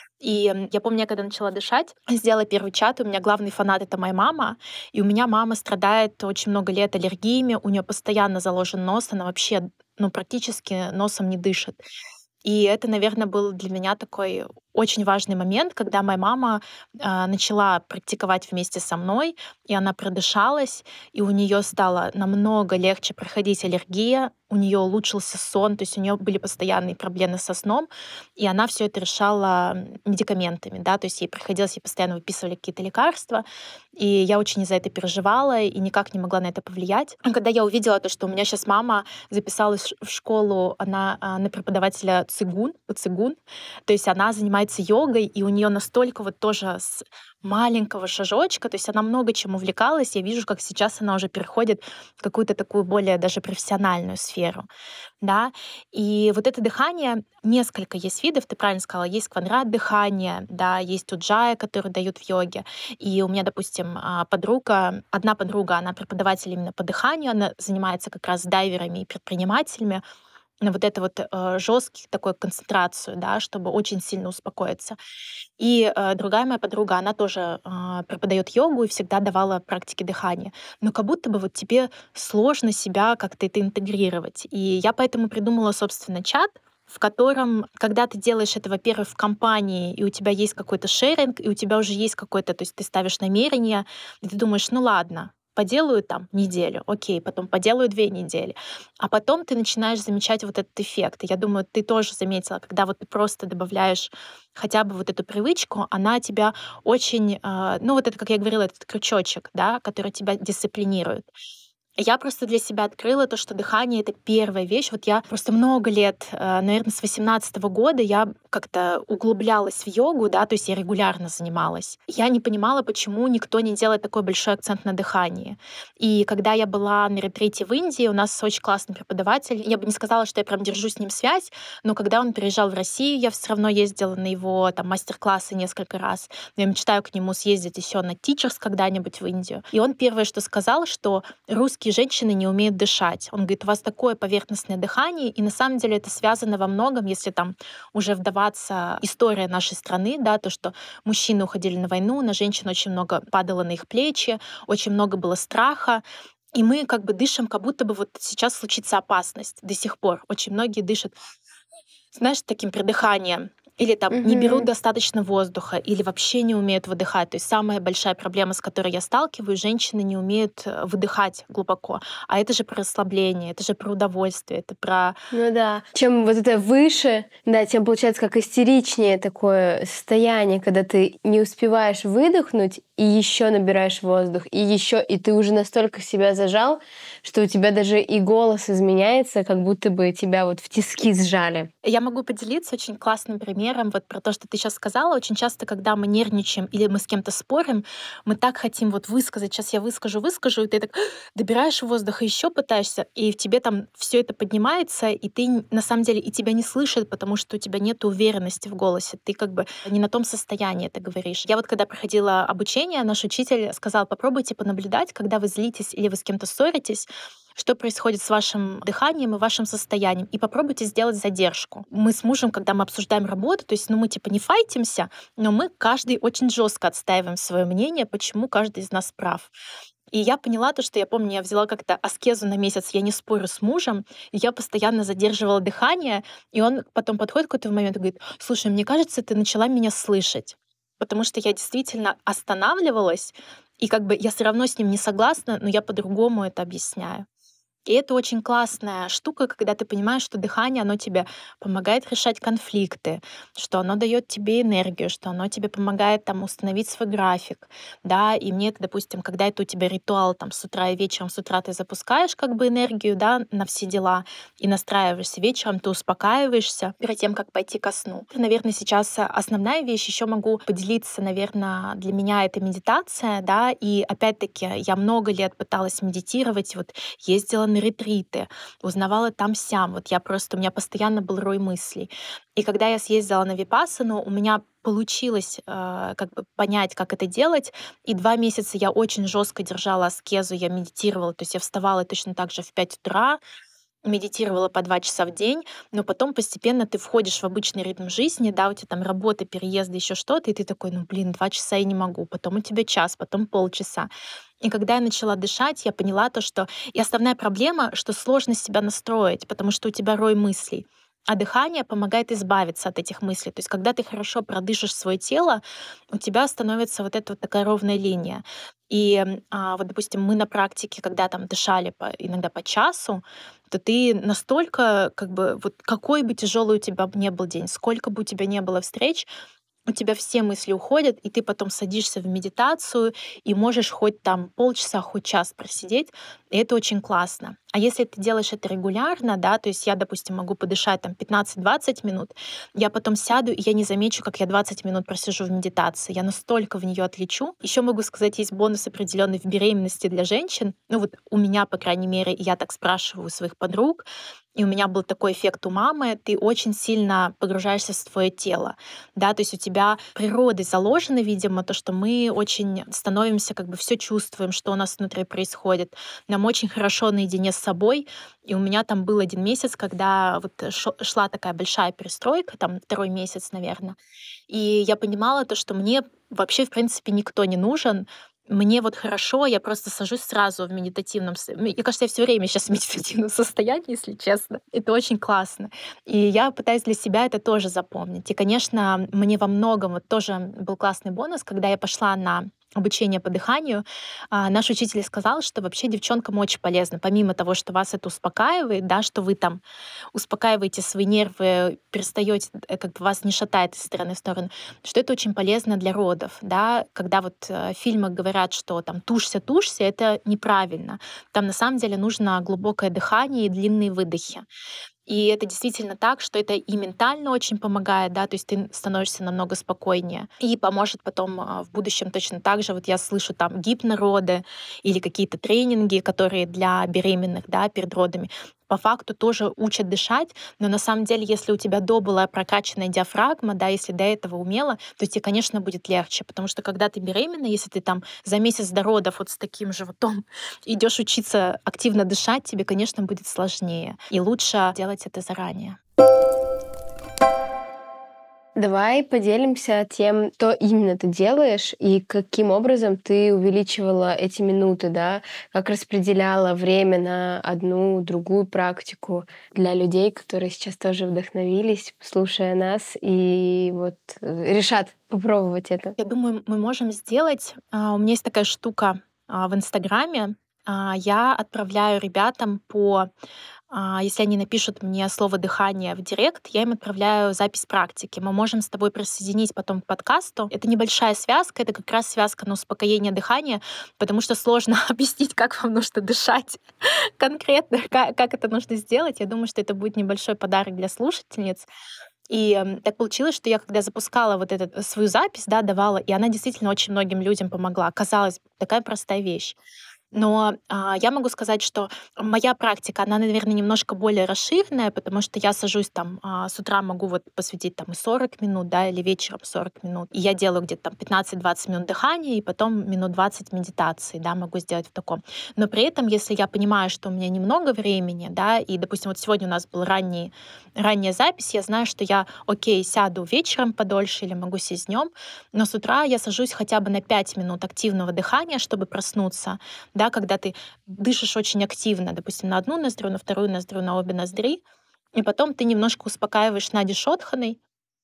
И м, я помню, я когда начала дышать, сделала первый чат, у меня главный фанат — это моя мама, и у меня мама страдает очень много лет аллергиями, у нее постоянно заложен нос, она вообще ну, практически носом не дышит. И это, наверное, был для меня такой очень важный момент, когда моя мама а, начала практиковать вместе со мной, и она продышалась, и у нее стало намного легче проходить аллергия, у нее улучшился сон, то есть у нее были постоянные проблемы со сном, и она все это решала м, медикаментами, да, то есть ей приходилось, ей постоянно выписывали какие-то лекарства, и я очень из-за этого переживала и никак не могла на это повлиять. А когда я увидела то, что у меня сейчас мама записалась в школу, она а, на преподавателя цигун, цигун, то есть она занимается занимается йогой, и у нее настолько вот тоже с маленького шажочка, то есть она много чем увлекалась. Я вижу, как сейчас она уже переходит в какую-то такую более даже профессиональную сферу, да. И вот это дыхание, несколько есть видов, ты правильно сказала, есть квадрат дыхания, да, есть уджая, который дают в йоге. И у меня, допустим, а, подруга, одна подруга, она преподаватель именно по дыханию, она занимается как раз с дайверами и предпринимателями, на вот это вот э, жесткий такой концентрацию, да, чтобы очень сильно успокоиться. И э, другая моя подруга, она тоже а, преподает йогу и всегда давала практики дыхания. Но как будто бы вот тебе сложно себя как-то это интегрировать. И я поэтому придумала, собственно, чат, в котором, когда ты делаешь это, во-первых, в компании, и у тебя есть какой-то шеринг, и у тебя уже есть какой-то, то есть ты ставишь намерение, и ты думаешь, ну ладно, поделаю там неделю, окей, потом поделаю две недели. А потом ты начинаешь замечать вот этот эффект. И я думаю, ты тоже заметила, когда вот ты просто добавляешь хотя бы вот эту привычку, она тебя очень, э, ну вот это, как я говорила, этот крючочек, да, который тебя дисциплинирует. Я просто для себя открыла то, что дыхание — это первая вещь. Вот я просто много лет, э, наверное, с восемнадцатого года я как-то углублялась в йогу, да, то есть я регулярно занималась. Я не понимала, почему никто не делает такой большой акцент на дыхании. И когда я была на ретрите в Индии, у нас очень классный преподаватель. Я бы не сказала, что я прям держу с ним связь, но когда он приезжал в Россию, я все равно ездила на его там мастер-классы несколько раз. Я мечтаю к нему съездить еще на Teachers когда-нибудь в Индию. И он первое, что сказал, что русские женщины не умеют дышать. Он говорит, у вас такое поверхностное дыхание, и на самом деле это связано во многом, если там уже вдаваться история нашей страны, да, то, что мужчины уходили на войну, на женщин очень много падало на их плечи, очень много было страха, и мы как бы дышим, как будто бы вот сейчас случится опасность до сих пор. Очень многие дышат, знаешь, таким придыханием. Или там не берут Мгм. достаточно воздуха, или вообще не умеют выдыхать. То есть самая большая проблема, с которой я сталкиваюсь, женщины не умеют э, выдыхать глубоко. А это же про расслабление, это же про удовольствие, это про... Ну да. Чем вот это выше, да, тем получается как истеричнее такое состояние, когда ты не успеваешь выдохнуть и еще набираешь воздух, и еще, и ты уже настолько себя зажал, что у тебя даже и голос изменяется, как будто бы тебя вот в тиски сжали. Я могу поделиться очень классным примером вот про то, что ты сейчас сказала. Очень часто, когда мы нервничаем или мы с кем-то спорим, мы так хотим вот высказать, сейчас я выскажу, выскажу, и ты так добираешь воздуха, еще пытаешься, и в тебе там все это поднимается, и ты н- на самом деле и тебя не слышат, потому что у тебя нет уверенности в голосе. Ты как бы не на том состоянии это говоришь. Я вот когда проходила обучение, наш учитель сказал, попробуйте понаблюдать, когда вы злитесь или вы с кем-то ссоритесь, что происходит с вашим дыханием и вашим состоянием. И попробуйте сделать задержку. Мы с мужем, когда мы обсуждаем работу, то есть, ну, мы типа не файтимся, но мы каждый очень жестко отстаиваем свое мнение, почему каждый из нас прав. И я поняла то, что я помню, я взяла как-то аскезу на месяц, я не спорю с мужем, и я постоянно задерживала дыхание, и он потом подходит в какой-то момент и говорит, слушай, мне кажется, ты начала меня слышать. Потому что я действительно останавливалась, и как бы я все равно с ним не согласна, но я по-другому это объясняю. И это очень классная штука, когда ты понимаешь, что дыхание, оно тебе помогает решать конфликты, что оно дает тебе энергию, что оно тебе помогает там установить свой график, да, и мне это, допустим, когда это у тебя ритуал там с утра и вечером, с утра ты запускаешь как бы энергию, да, на все дела и настраиваешься, вечером ты успокаиваешься перед тем, как пойти ко сну. Это, наверное, сейчас а, основная вещь, еще могу поделиться, наверное, для меня это медитация, да, и опять-таки я много лет пыталась медитировать, вот ездила на ретриты, узнавала там-сям. Вот я просто, у меня постоянно был рой мыслей. И когда я съездила на Випассану, у меня получилось э, как бы понять, как это делать. И два месяца я очень жестко держала аскезу, я медитировала, то есть я вставала точно так же в пять утра, медитировала по два часа в день, но потом постепенно ты входишь в обычный ритм жизни, да, у тебя там работа, переезды, еще что-то, и ты такой, ну блин, два часа я не могу, потом у тебя час, потом полчаса. И когда я начала дышать, я поняла то, что... И основная проблема, что сложно себя настроить, потому что у тебя рой мыслей. А дыхание помогает избавиться от этих мыслей. То есть, когда ты хорошо продышишь свое тело, у тебя становится вот эта вот такая ровная линия. И м, а, вот, допустим, мы на практике, когда там дышали по, иногда по часу, то ты настолько, как бы, вот какой бы тяжелый у тебя ни был день, сколько бы у тебя не было встреч, у тебя все мысли уходят, и ты потом садишься в медитацию и можешь хоть там полчаса, хоть час просидеть, и это очень классно. А если ты делаешь это регулярно, да, то есть я, допустим, могу подышать там пятнадцать-двадцать минут, я потом сяду, и я не замечу, как я двадцать минут просижу в медитации. Я настолько в нее отлечу. Еще могу сказать, есть бонус определенный в беременности для женщин. Ну вот у меня, по крайней мере, я так спрашиваю у своих подруг, и у меня был такой эффект у мамы, ты очень сильно погружаешься в свое тело, да, то есть у тебя природой заложено, видимо, то, что мы очень становимся, как бы все чувствуем, что у нас внутри происходит. Нам очень хорошо наедине с собой, и у меня там был один месяц, когда вот шо- шла такая большая перестройка, там второй месяц, наверное, и я понимала то, что мне вообще, в принципе, никто не нужен, мне вот хорошо, я просто сажусь сразу в медитативном... с- Мне кажется, я все время сейчас в медитативном состоянии, если честно. Это очень классно. И я пытаюсь для себя это тоже запомнить. И, конечно, мне во многом вот тоже был классный бонус, когда я пошла на обучение по дыханию, а, наш учитель сказал, что вообще девчонкам очень полезно, помимо того, что вас это успокаивает, да, что вы там успокаиваете свои нервы, перестаете, э, как бы вас не шатает из стороны в сторону, что это очень полезно для родов, да, когда вот э, в фильмах говорят, что там тушься, тушься, это неправильно. Там на самом деле нужно глубокое дыхание и длинные выдохи. И это действительно так, что это и ментально очень помогает, да, то есть ты становишься намного спокойнее. И поможет потом а, в будущем точно так же. Вот я слышу там гипнороды или какие-то тренинги, которые для беременных, да, перед родами. По факту тоже учат дышать, но на самом деле, если у тебя до была прокачанная диафрагма, да, если до этого умела, то тебе, конечно, будет легче, потому что когда ты беременна, если ты там за месяц до родов вот с таким животом идешь учиться активно дышать, тебе, конечно, будет сложнее. И лучше делать это заранее. Давай поделимся тем, что именно ты делаешь и каким образом ты увеличивала эти минуты, да, как распределяла время на одну, другую практику для людей, которые сейчас тоже вдохновились, слушая нас, и вот э, решат попробовать это. Я думаю, мы можем сделать. а, У меня есть такая штука а, в Инстаграме. А, Я отправляю ребятам по А, Если они напишут мне слово «дыхание» в директ, я им отправляю запись практики. Мы можем с тобой присоединить потом к подкасту. Это небольшая связка, это как раз связка на успокоение дыхания, потому что сложно объяснить, как вам нужно дышать конкретно, как, как это нужно сделать. Я думаю, что это будет небольшой подарок для слушательниц. И м, так получилось, что я когда запускала вот эту свою запись, да, давала, и она действительно очень многим людям помогла. Казалось бы, такая простая вещь. Но а, я могу сказать, что моя практика, она, наверное, немножко более расширенная, потому что я сажусь там а, с утра могу вот посвятить там и сорок минут, да, или вечером сорок минут. И я делаю где-то там пятнадцать-двадцать минут дыхания, и потом минут двадцать медитации, да, могу сделать в таком. Но при этом, если я понимаю, что у меня немного времени, да, и, допустим, вот сегодня у нас был ранний, ранняя запись, я знаю, что я, окей, сяду вечером подольше или могу сесть днем, но с утра я сажусь хотя бы на пять минут активного дыхания, чтобы проснуться, да, когда ты дышишь очень активно, допустим, на одну ноздрю, на вторую ноздрю, на обе ноздри, и потом ты немножко успокаиваешь Нади Шодханой,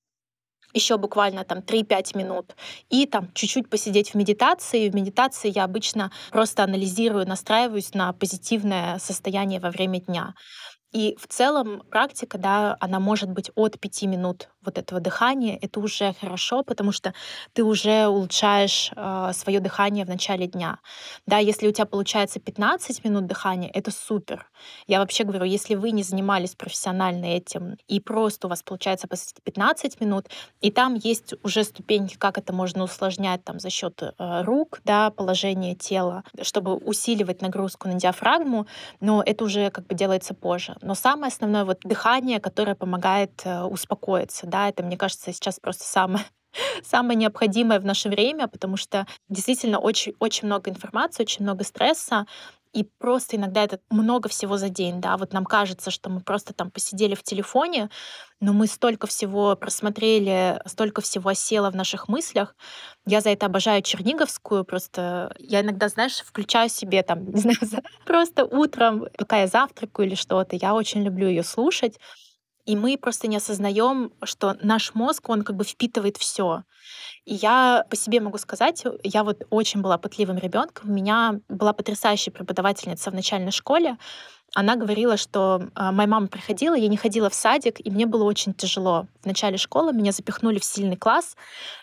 еще буквально там три-пять минут, и там чуть-чуть посидеть в медитации. В медитации я обычно просто анализирую, настраиваюсь на позитивное состояние во время дня. И в целом практика, да, она может быть от пяти минут вот этого дыхания. Это уже хорошо, потому что ты уже улучшаешь свое дыхание в начале дня. Да, если у тебя получается пятнадцать минут дыхания, это супер. Я вообще говорю, если вы не занимались профессионально этим, и просто у вас получается посвятить пятнадцать минут, и там есть уже ступеньки, как это можно усложнять там за счет рук, да, положения тела, чтобы усиливать нагрузку на диафрагму, но это уже как бы делается позже. Но самое основное вот дыхание, которое помогает э, успокоиться, да, это, мне кажется, сейчас просто самое самое необходимое в наше время, потому что действительно очень, очень много информации, очень много стресса, и просто иногда это много всего за день, да, вот нам кажется, что мы просто там посидели в телефоне, но мы столько всего просмотрели, столько всего осело в наших мыслях. Я за это обожаю Черниговскую, просто я иногда, знаешь, включаю себе там, не знаю, за- просто утром, пока я завтракаю или что-то, я очень люблю ее слушать, и мы просто не осознаем, что наш мозг, он как бы впитывает все. И я по себе могу сказать, я вот очень была пытливым ребенком. У меня была потрясающая преподавательница в начальной школе. Она говорила, что а, моя мама приходила, я не ходила в садик, и мне было очень тяжело. В начале школы меня запихнули в сильный класс,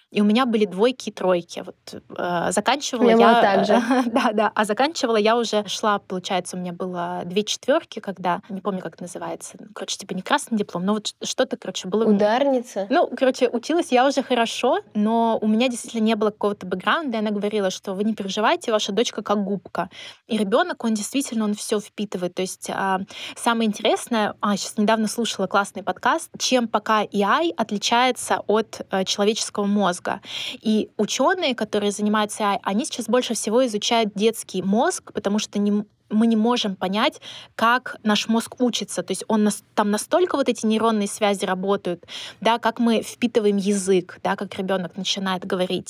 и у меня были двойки и тройки. Вот э, У заканчивала меня было я, так же. да, да, а заканчивала я уже шла, получается, у меня было две четверки, когда, не помню, как это называется, ну, короче, типа не красный диплом, но вот ш- что-то, короче, было. м, Ударница. Ну, короче, училась я уже хорошо, но у меня действительно не было какого-то бэкграунда, и она говорила, что вы не переживайте, ваша дочка как губка. И ребенок, он действительно, он все впитывает. То есть а, самое интересное, а, сейчас недавно слушала классный подкаст, чем пока A I отличается от э, человеческого мозга. И ученые, которые занимаются A I, они сейчас больше всего изучают детский мозг, потому что не, м- мы не можем понять, как наш мозг учится. То есть он нас, там настолько вот эти нейронные связи работают, да, как мы впитываем язык, да, как ребенок начинает говорить.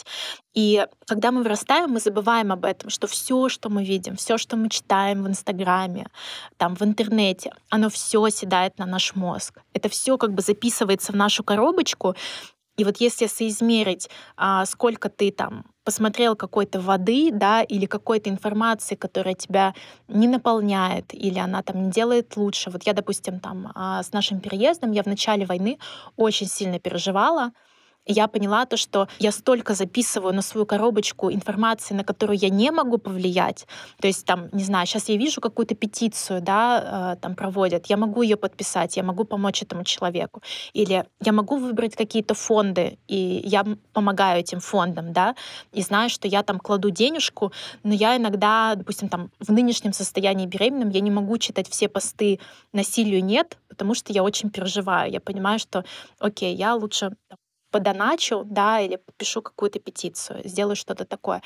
И когда мы вырастаем, мы забываем об этом, что все, что мы видим, все, что мы читаем в Инстаграме, там, в интернете, оно все оседает на наш мозг. Это все как бы записывается в нашу коробочку. И вот если соизмерить, а, сколько ты там посмотрел какой-то воды, да, или какой-то информации, которая тебя не наполняет, или она там не делает лучше. Вот я, допустим, там а, с нашим переездом, я в начале войны очень сильно переживала, и я поняла то, что я столько записываю на свою коробочку информации, на которую я не могу повлиять. То есть там, не знаю, сейчас я вижу какую-то петицию, да, э, там проводят, я могу ее подписать, я могу помочь этому человеку. Или я могу выбрать какие-то фонды, и я м- помогаю этим фондам, да, и знаю, что я там кладу денежку, но я иногда, допустим, там в нынешнем состоянии беременным, я не могу читать все посты «насилию нет», потому что я очень переживаю. Я понимаю, что, окей, я лучше подоначу, да, или подпишу какую-то петицию, сделаю что-то такое,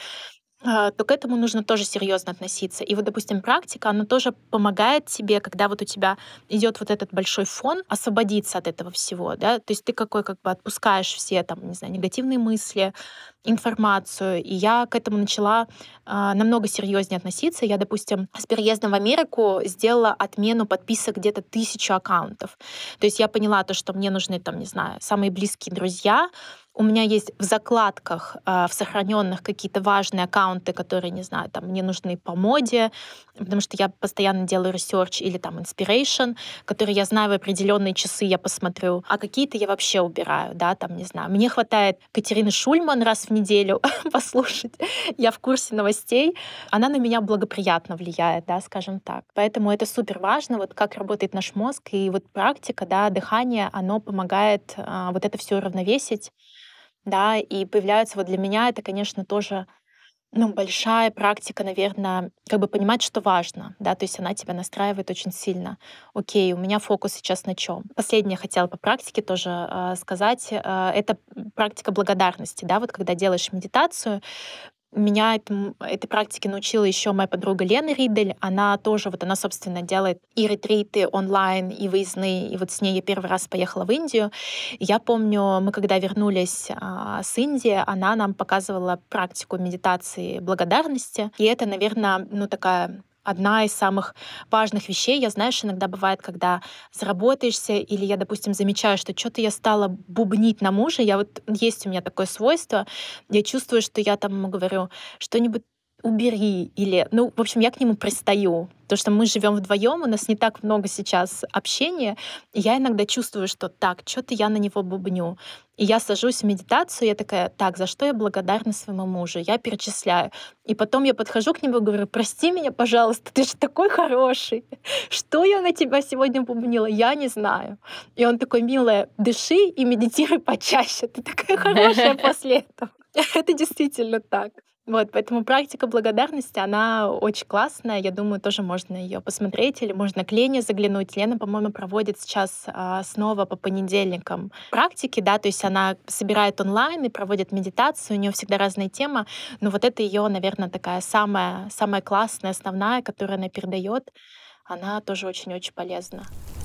а, то к этому нужно тоже серьезно относиться. И вот, допустим, практика, она тоже помогает тебе, когда вот у тебя идет вот этот большой фон, освободиться от этого всего, да, то есть ты какой как бы отпускаешь все там, не знаю, негативные мысли, информацию. И я к этому начала а, намного серьезнее относиться. Я, допустим, с переездом в Америку сделала отмену подписок где-то тысячу аккаунтов. То есть я поняла то, что мне нужны там, не знаю, самые близкие друзья. У меня есть в закладках, а, в сохраненных какие-то важные аккаунты, которые, не знаю, там мне нужны по моде, потому что я постоянно делаю ресерч или там inspiration, которые я знаю в определенные часы я посмотрю, а какие-то я вообще убираю, да, там, не знаю. Мне хватает Катерины Шульман раз в неделю послушать. Я в курсе новостей. Она на меня благоприятно влияет, да, скажем так. Поэтому это супер важно, вот как работает наш мозг, и вот практика, да, дыхание, оно помогает а, вот это все уравновесить, да, и появляются вот для меня это, конечно, тоже ну, большая практика, наверное, как бы понимать, что важно, да, то есть она тебя настраивает очень сильно. Окей, у меня фокус сейчас на чем? Последнее хотела по практике тоже э, сказать, э, это практика благодарности, да, вот когда делаешь медитацию, меня этому- этой практике научила еще моя подруга Лена Ридель. Она тоже, вот она, собственно, делает и ретриты онлайн, и выездные. И вот с ней я первый раз поехала в Индию. И я помню, мы когда вернулись а, с Индии, она нам показывала практику медитации благодарности. И это, наверное, ну такая одна из самых важных вещей. Я, знаешь, иногда бывает, когда заработаешься, или я, допустим, замечаю, что что-то я стала бубнить на мужа, я вот есть у меня такое свойство, я чувствую, что я там ему говорю что-нибудь убери или, ну, в общем, я к нему пристаю. То, что мы живем вдвоем, у нас не так много сейчас общения, и я иногда чувствую, что так, что-то я на него бубню. И я сажусь в медитацию, я такая, так, за что я благодарна своему мужу? Я перечисляю. И потом я подхожу к нему и говорю, прости меня, пожалуйста, ты же такой хороший. Что я на тебя сегодня бубнила? Я не знаю. И он такой, милая, дыши и медитируй почаще. Ты такая хорошая после этого. Это действительно так. Вот, поэтому практика благодарности, она очень классная. Я думаю, тоже можно ее посмотреть или можно к Лене заглянуть. Лена, по-моему, проводит сейчас а, снова по понедельникам практики, да, то есть она собирает онлайн и проводит медитацию. У нее всегда разная тема, но вот это ее, наверное, такая самая, самая классная, основная, которую она передает. Она тоже очень-очень полезна.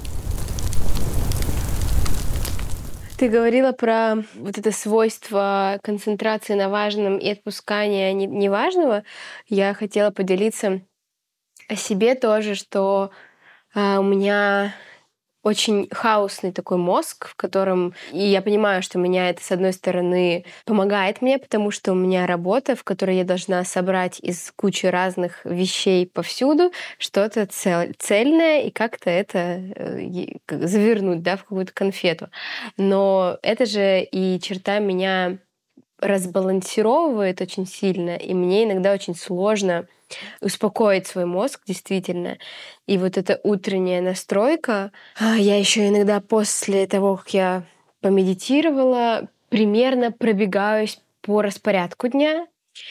Ты говорила про вот это свойство концентрации на важном и отпускания не- неважного. Я хотела поделиться о себе тоже, что а, у меня очень хаосный такой мозг, в котором... И я понимаю, что меня это, с одной стороны, помогает мне, потому что у меня работа, в которой я должна собрать из кучи разных вещей повсюду что-то цел- цельное и как-то это э, е- как завернуть, да, в какую-то конфету. Но это же и черта меня разбалансировывает очень сильно, и мне иногда очень сложно успокоить свой мозг, действительно. И вот эта утренняя настройка, а, я еще иногда после того, как я помедитировала, примерно пробегаюсь по распорядку дня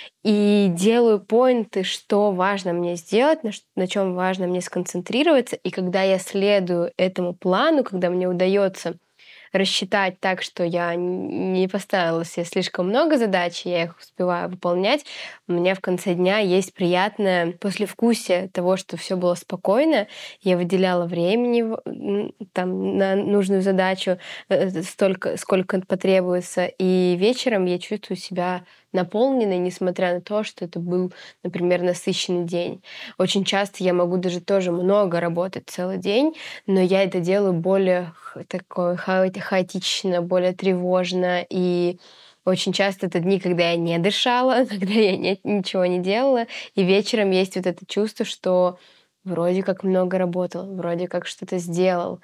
и делаю поинты, что важно мне сделать, на, ш- на чем важно мне сконцентрироваться. И когда я следую этому плану, когда мне удается рассчитать так, что я н- не поставила себе слишком много задач, и я их успеваю выполнять, у меня в конце дня есть приятное послевкусие того, что все было спокойно, я выделяла времени в- м, там, на нужную задачу э, столько, сколько потребуется, и вечером я чувствую себя наполненной, несмотря на то, что это был, например, насыщенный день. Очень часто я могу даже тоже много работать целый день, но я это делаю более х- такое хаоти- хаотично, более тревожно. И очень часто это дни, когда я не дышала, когда я не- ничего не делала. И вечером есть вот это чувство, что вроде как много работал, вроде как что-то сделал,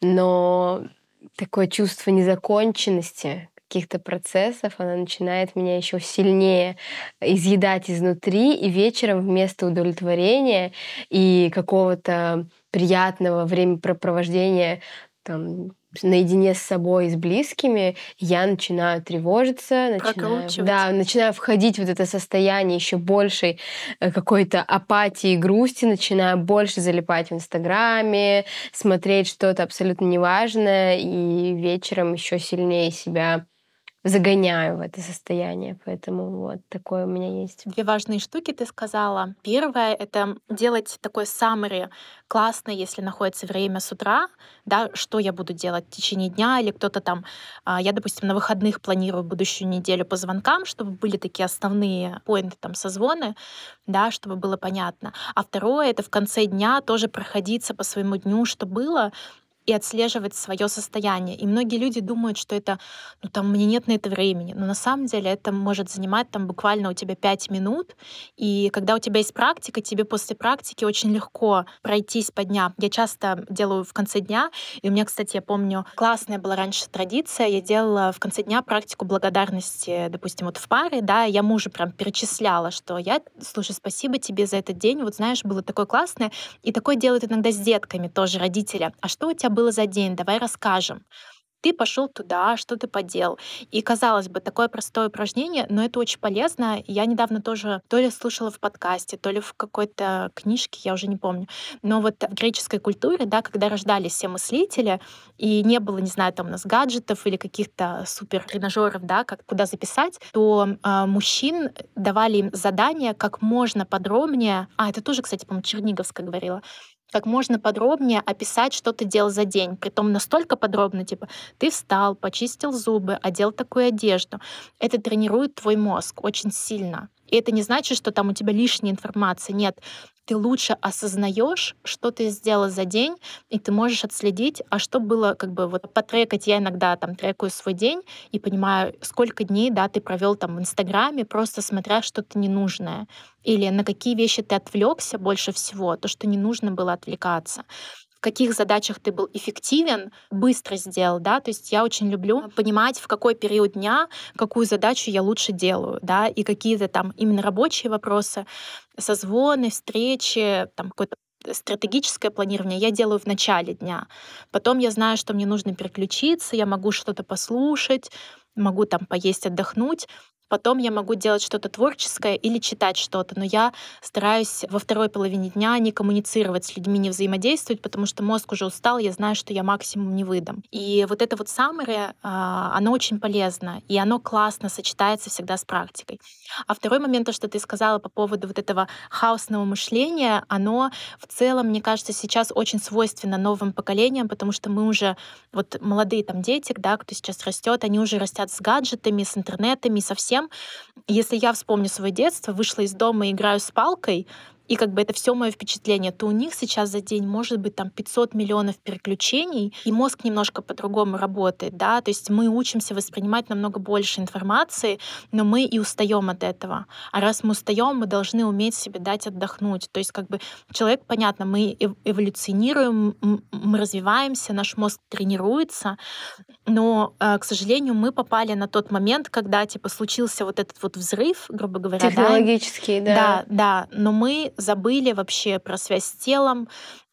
но такое чувство незаконченности каких-то процессов, она начинает меня еще сильнее изъедать изнутри, и вечером вместо удовлетворения и какого-то приятного времяпрепровождения там, наедине с собой и с близкими, я начинаю тревожиться, начинаю, Прокручивать. да, начинаю входить в вот это состояние еще большей э, какой-то апатии и грусти, начинаю больше залипать в Инстаграме, смотреть что-то абсолютно неважное, и вечером еще сильнее себя загоняю в это состояние. Поэтому вот такое у меня есть. Две важные штуки ты сказала. Первое — это делать такой summary классно, если находится время с утра, да, что я буду делать в течение дня, или кто-то там, а, я, допустим, на выходных планирую будущую неделю по звонкам, чтобы были такие основные поинты, там, созвоны, да, чтобы было понятно. А второе — это в конце дня тоже проходиться по своему дню, что было, и отслеживать свое состояние. И многие люди думают, что это, ну там, мне нет на это времени. Но на самом деле это может занимать там буквально у тебя пять минут. И когда у тебя есть практика, тебе после практики очень легко пройтись по дням. Я часто делаю в конце дня. И у меня, кстати, я помню, классная была раньше традиция. Я делала в конце дня практику благодарности, допустим, вот в паре, да, я мужу прям перечисляла, что я, слушай, спасибо тебе за этот день. Вот знаешь, было такое классное. И такое делают иногда с детками тоже родители. А что у тебя было за день? Давай расскажем. Ты пошел туда, что ты поделал. И казалось бы, такое простое упражнение, но это очень полезно. Я недавно тоже то ли слушала в подкасте, то ли в какой-то книжке, я уже не помню. Но вот в греческой культуре, да, когда рождались все мыслители, и не было, не знаю, там у нас гаджетов или каких-то супер тренажеров, да, как куда записать, то э, мужчин давали им задание как можно подробнее. А, это тоже, кстати, по-моему, Черниговская говорила, как можно подробнее описать, что ты делал за день. Притом настолько подробно, типа, ты встал, почистил зубы, одел такую одежду. Это тренирует твой мозг очень сильно. И это не значит, что там у тебя лишняя информация. Нет, ты лучше осознаешь, что ты сделал за день, и ты можешь отследить, а что было, как бы вот потрекать. Я иногда там трекаю свой день и понимаю, сколько дней, да, ты провел там в Инстаграме, просто смотря что-то ненужное. Или на какие вещи ты отвлекся больше всего, то, что не нужно было отвлекаться. В каких задачах ты был эффективен, быстро сделал, да, то есть я очень люблю понимать, в какой период дня какую задачу я лучше делаю, да, и какие-то там именно рабочие вопросы, созвоны, встречи, там какое-то стратегическое планирование я делаю в начале дня. Потом я знаю, что мне нужно переключиться, я могу что-то послушать, могу там поесть, отдохнуть. Потом я могу делать что-то творческое или читать что-то, но я стараюсь во второй половине дня не коммуницировать с людьми, не взаимодействовать, потому что мозг уже устал, я знаю, что я максимум не выдам. И вот это вот summary, а, оно очень полезно, и оно классно сочетается всегда с практикой. А второй момент, то, что ты сказала по поводу вот этого хаосного мышления, оно в целом, мне кажется, сейчас очень свойственно новым поколениям, потому что мы уже, вот молодые там дети, да, кто сейчас растет, они уже растят с гаджетами, с интернетами, со всем. Если я вспомню свое детство, вышла из дома и играю с палкой, и как бы это все мое впечатление, то у них сейчас за день может быть там пятьсот миллионов переключений, и мозг немножко по-другому работает, да, то есть мы учимся воспринимать намного больше информации, но мы и устаем от этого. А раз мы устаем, мы должны уметь себе дать отдохнуть. То есть как бы человек, понятно, мы эв- эволюционируем, м- мы развиваемся, наш мозг тренируется, но, э, к сожалению, мы попали на тот момент, когда типа случился вот этот вот взрыв, грубо говоря, да, Технологический, да. да, да, но мы забыли вообще про связь с телом.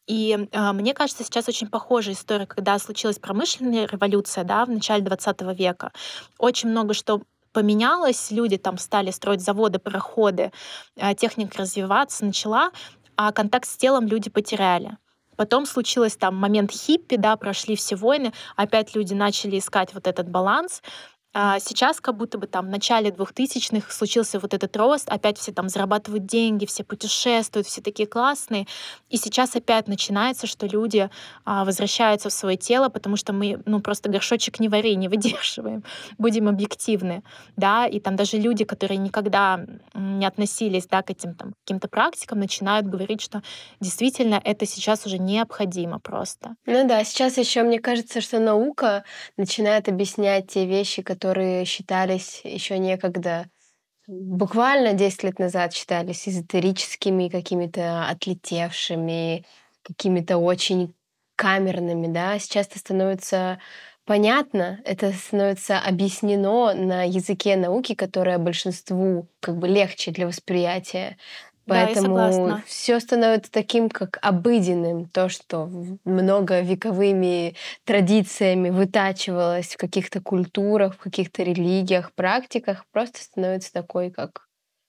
И э, мне кажется, сейчас очень похожая история, когда случилась промышленная революция, да, в начале двадцатого века. Очень много что поменялось, люди там стали строить заводы, пароходы, э, техника развиваться начала, а контакт с телом люди потеряли. Потом случилось там момент хиппи, да, прошли все войны, опять люди начали искать вот этот баланс. А сейчас как будто бы там в начале двухтысячных случился вот этот рост, опять все там зарабатывают деньги, все путешествуют, все такие классные. И сейчас опять начинается, что люди а, возвращаются в свое тело, потому что мы, ну, просто горшочек не вари, не выдерживаем, будем объективны, да, и там даже люди, которые никогда м, не относились, да, к этим там каким-то практикам, начинают говорить, что действительно это сейчас уже необходимо просто. Ну да, сейчас еще мне кажется, что наука начинает объяснять те вещи, которые считались еще некогда, буквально десять лет назад считались эзотерическими, какими-то отлетевшими, какими-то очень камерными, да. Сейчас это становится понятно, это становится объяснено на языке науки, которая большинству как бы легче для восприятия. Да, я Поэтому согласна. все становится таким, как обыденным. То, что в- многовековыми традициями вытачивалось в каких-то культурах, в каких-то религиях, практиках, просто становится такой, как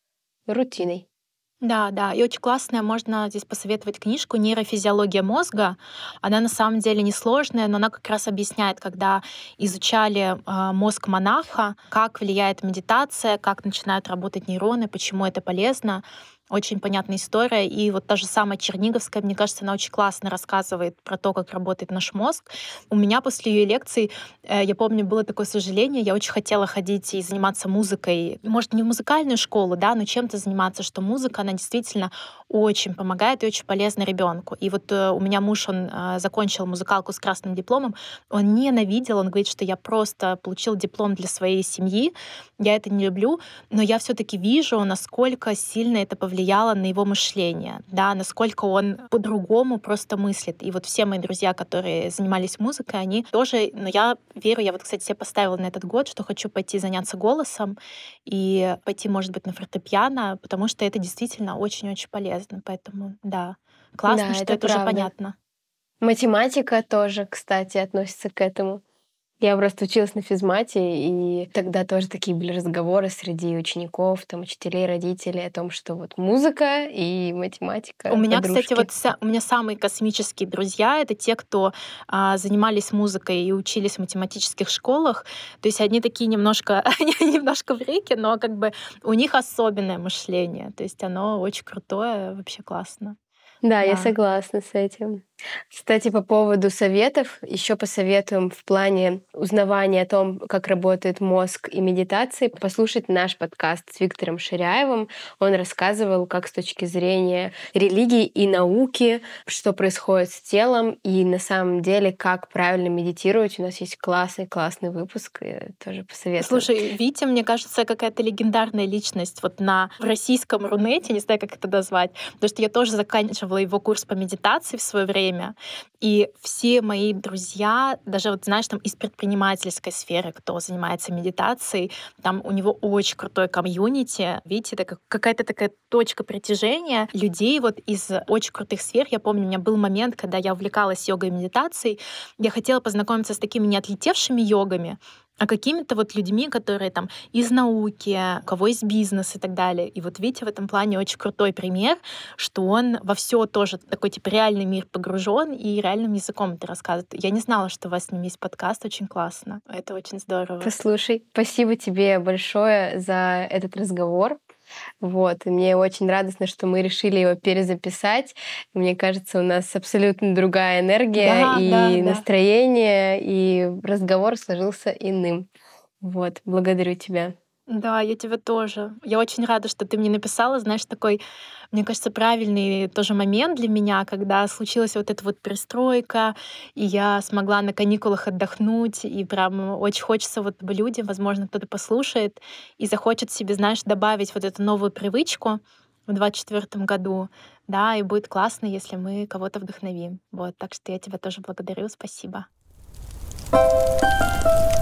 рутиной. Да, да, и очень классная, можно здесь посоветовать книжку «Нейрофизиология мозга». Она на самом деле несложная, но она как раз объясняет, когда изучали а, мозг монаха, как влияет медитация, как начинают работать нейроны, почему это полезно. Очень понятная история. И вот та же самая Черниговская, мне кажется, она очень классно рассказывает про то, как работает наш мозг. У меня после ее лекций, э, я помню, было такое сожаление, я очень хотела ходить и заниматься музыкой. Может, не в музыкальную школу, да, но чем-то заниматься, что музыка, она действительно очень помогает и очень полезна ребенку. И вот э, у меня муж, он э, закончил музыкалку с красным дипломом, он ненавидел, он говорит, что я просто получил диплом для своей семьи, я это не люблю, но я все-таки вижу, насколько сильно это повлияло на его мышление, да, насколько он по-другому просто мыслит. И вот все мои друзья, которые занимались музыкой, они тоже, но я верю, я вот, кстати, себе поставила на этот год, что хочу пойти заняться голосом и пойти, может быть, на фортепиано, потому что это действительно очень-очень полезно. Поэтому, да, классно, Да, что это это уже правда. понятно. Математика тоже, кстати, относится к этому. Я просто училась на физмате, и тогда тоже такие были разговоры среди учеников, там, учителей, родителей о том, что вот музыка и У математика меня, кстати, подружки. вот ся- у меня самые космические друзья — это те, кто а, занимались музыкой и учились в математических школах. То есть они такие немножко, они немножко вреки, но как бы у них особенное мышление. То есть оно очень крутое, вообще классно. Да, я Да. согласна с этим. Кстати, по поводу советов, еще посоветуем в плане узнавания о том, как работает мозг и медитации, послушать наш подкаст с Виктором Ширяевым. Он рассказывал, как с точки зрения религии и науки, что происходит с телом, и на самом деле, как правильно медитировать. У нас есть классный-классный выпуск, и тоже посоветую. Слушай, Витя, мне кажется, какая-то легендарная личность вот на в российском Рунете, не знаю, как это назвать, потому что я тоже заканчивала его курс по медитации в свое время, и все мои друзья, даже вот знаешь, там из предпринимательской сферы, кто занимается медитацией, там у него очень крутой комьюнити. Видите, это как- какая-то такая точка притяжения людей вот из очень крутых сфер. Я помню, у меня был момент, когда я увлекалась йогой и медитацией, я хотела познакомиться с такими не отлетевшими йогами, а какими-то вот людьми, которые там из науки, у кого из бизнеса и так далее. И вот Витя в этом плане очень крутой пример, что он во все тоже такой типа реальный мир погружен и реальным языком это рассказывает. Я не знала, что у вас с ним есть подкаст, очень классно. Это очень здорово. Послушай, спасибо тебе большое за этот разговор. Вот. И мне очень радостно, что мы решили его перезаписать. Мне кажется, у нас абсолютно другая энергия Да, да, и да. настроение, и разговор сложился иным. Вот. Благодарю тебя. Да, я тебя тоже. Я очень рада, что ты мне написала. Знаешь, такой, мне кажется, правильный тоже момент для меня, когда случилась вот эта вот перестройка, и я смогла на каникулах отдохнуть, и прям очень хочется вот людям, возможно, кто-то послушает и захочет себе, знаешь, добавить вот эту новую привычку в двадцать четвёртом году, да, и будет классно, если мы кого-то вдохновим. Вот, так что я тебя тоже благодарю, спасибо.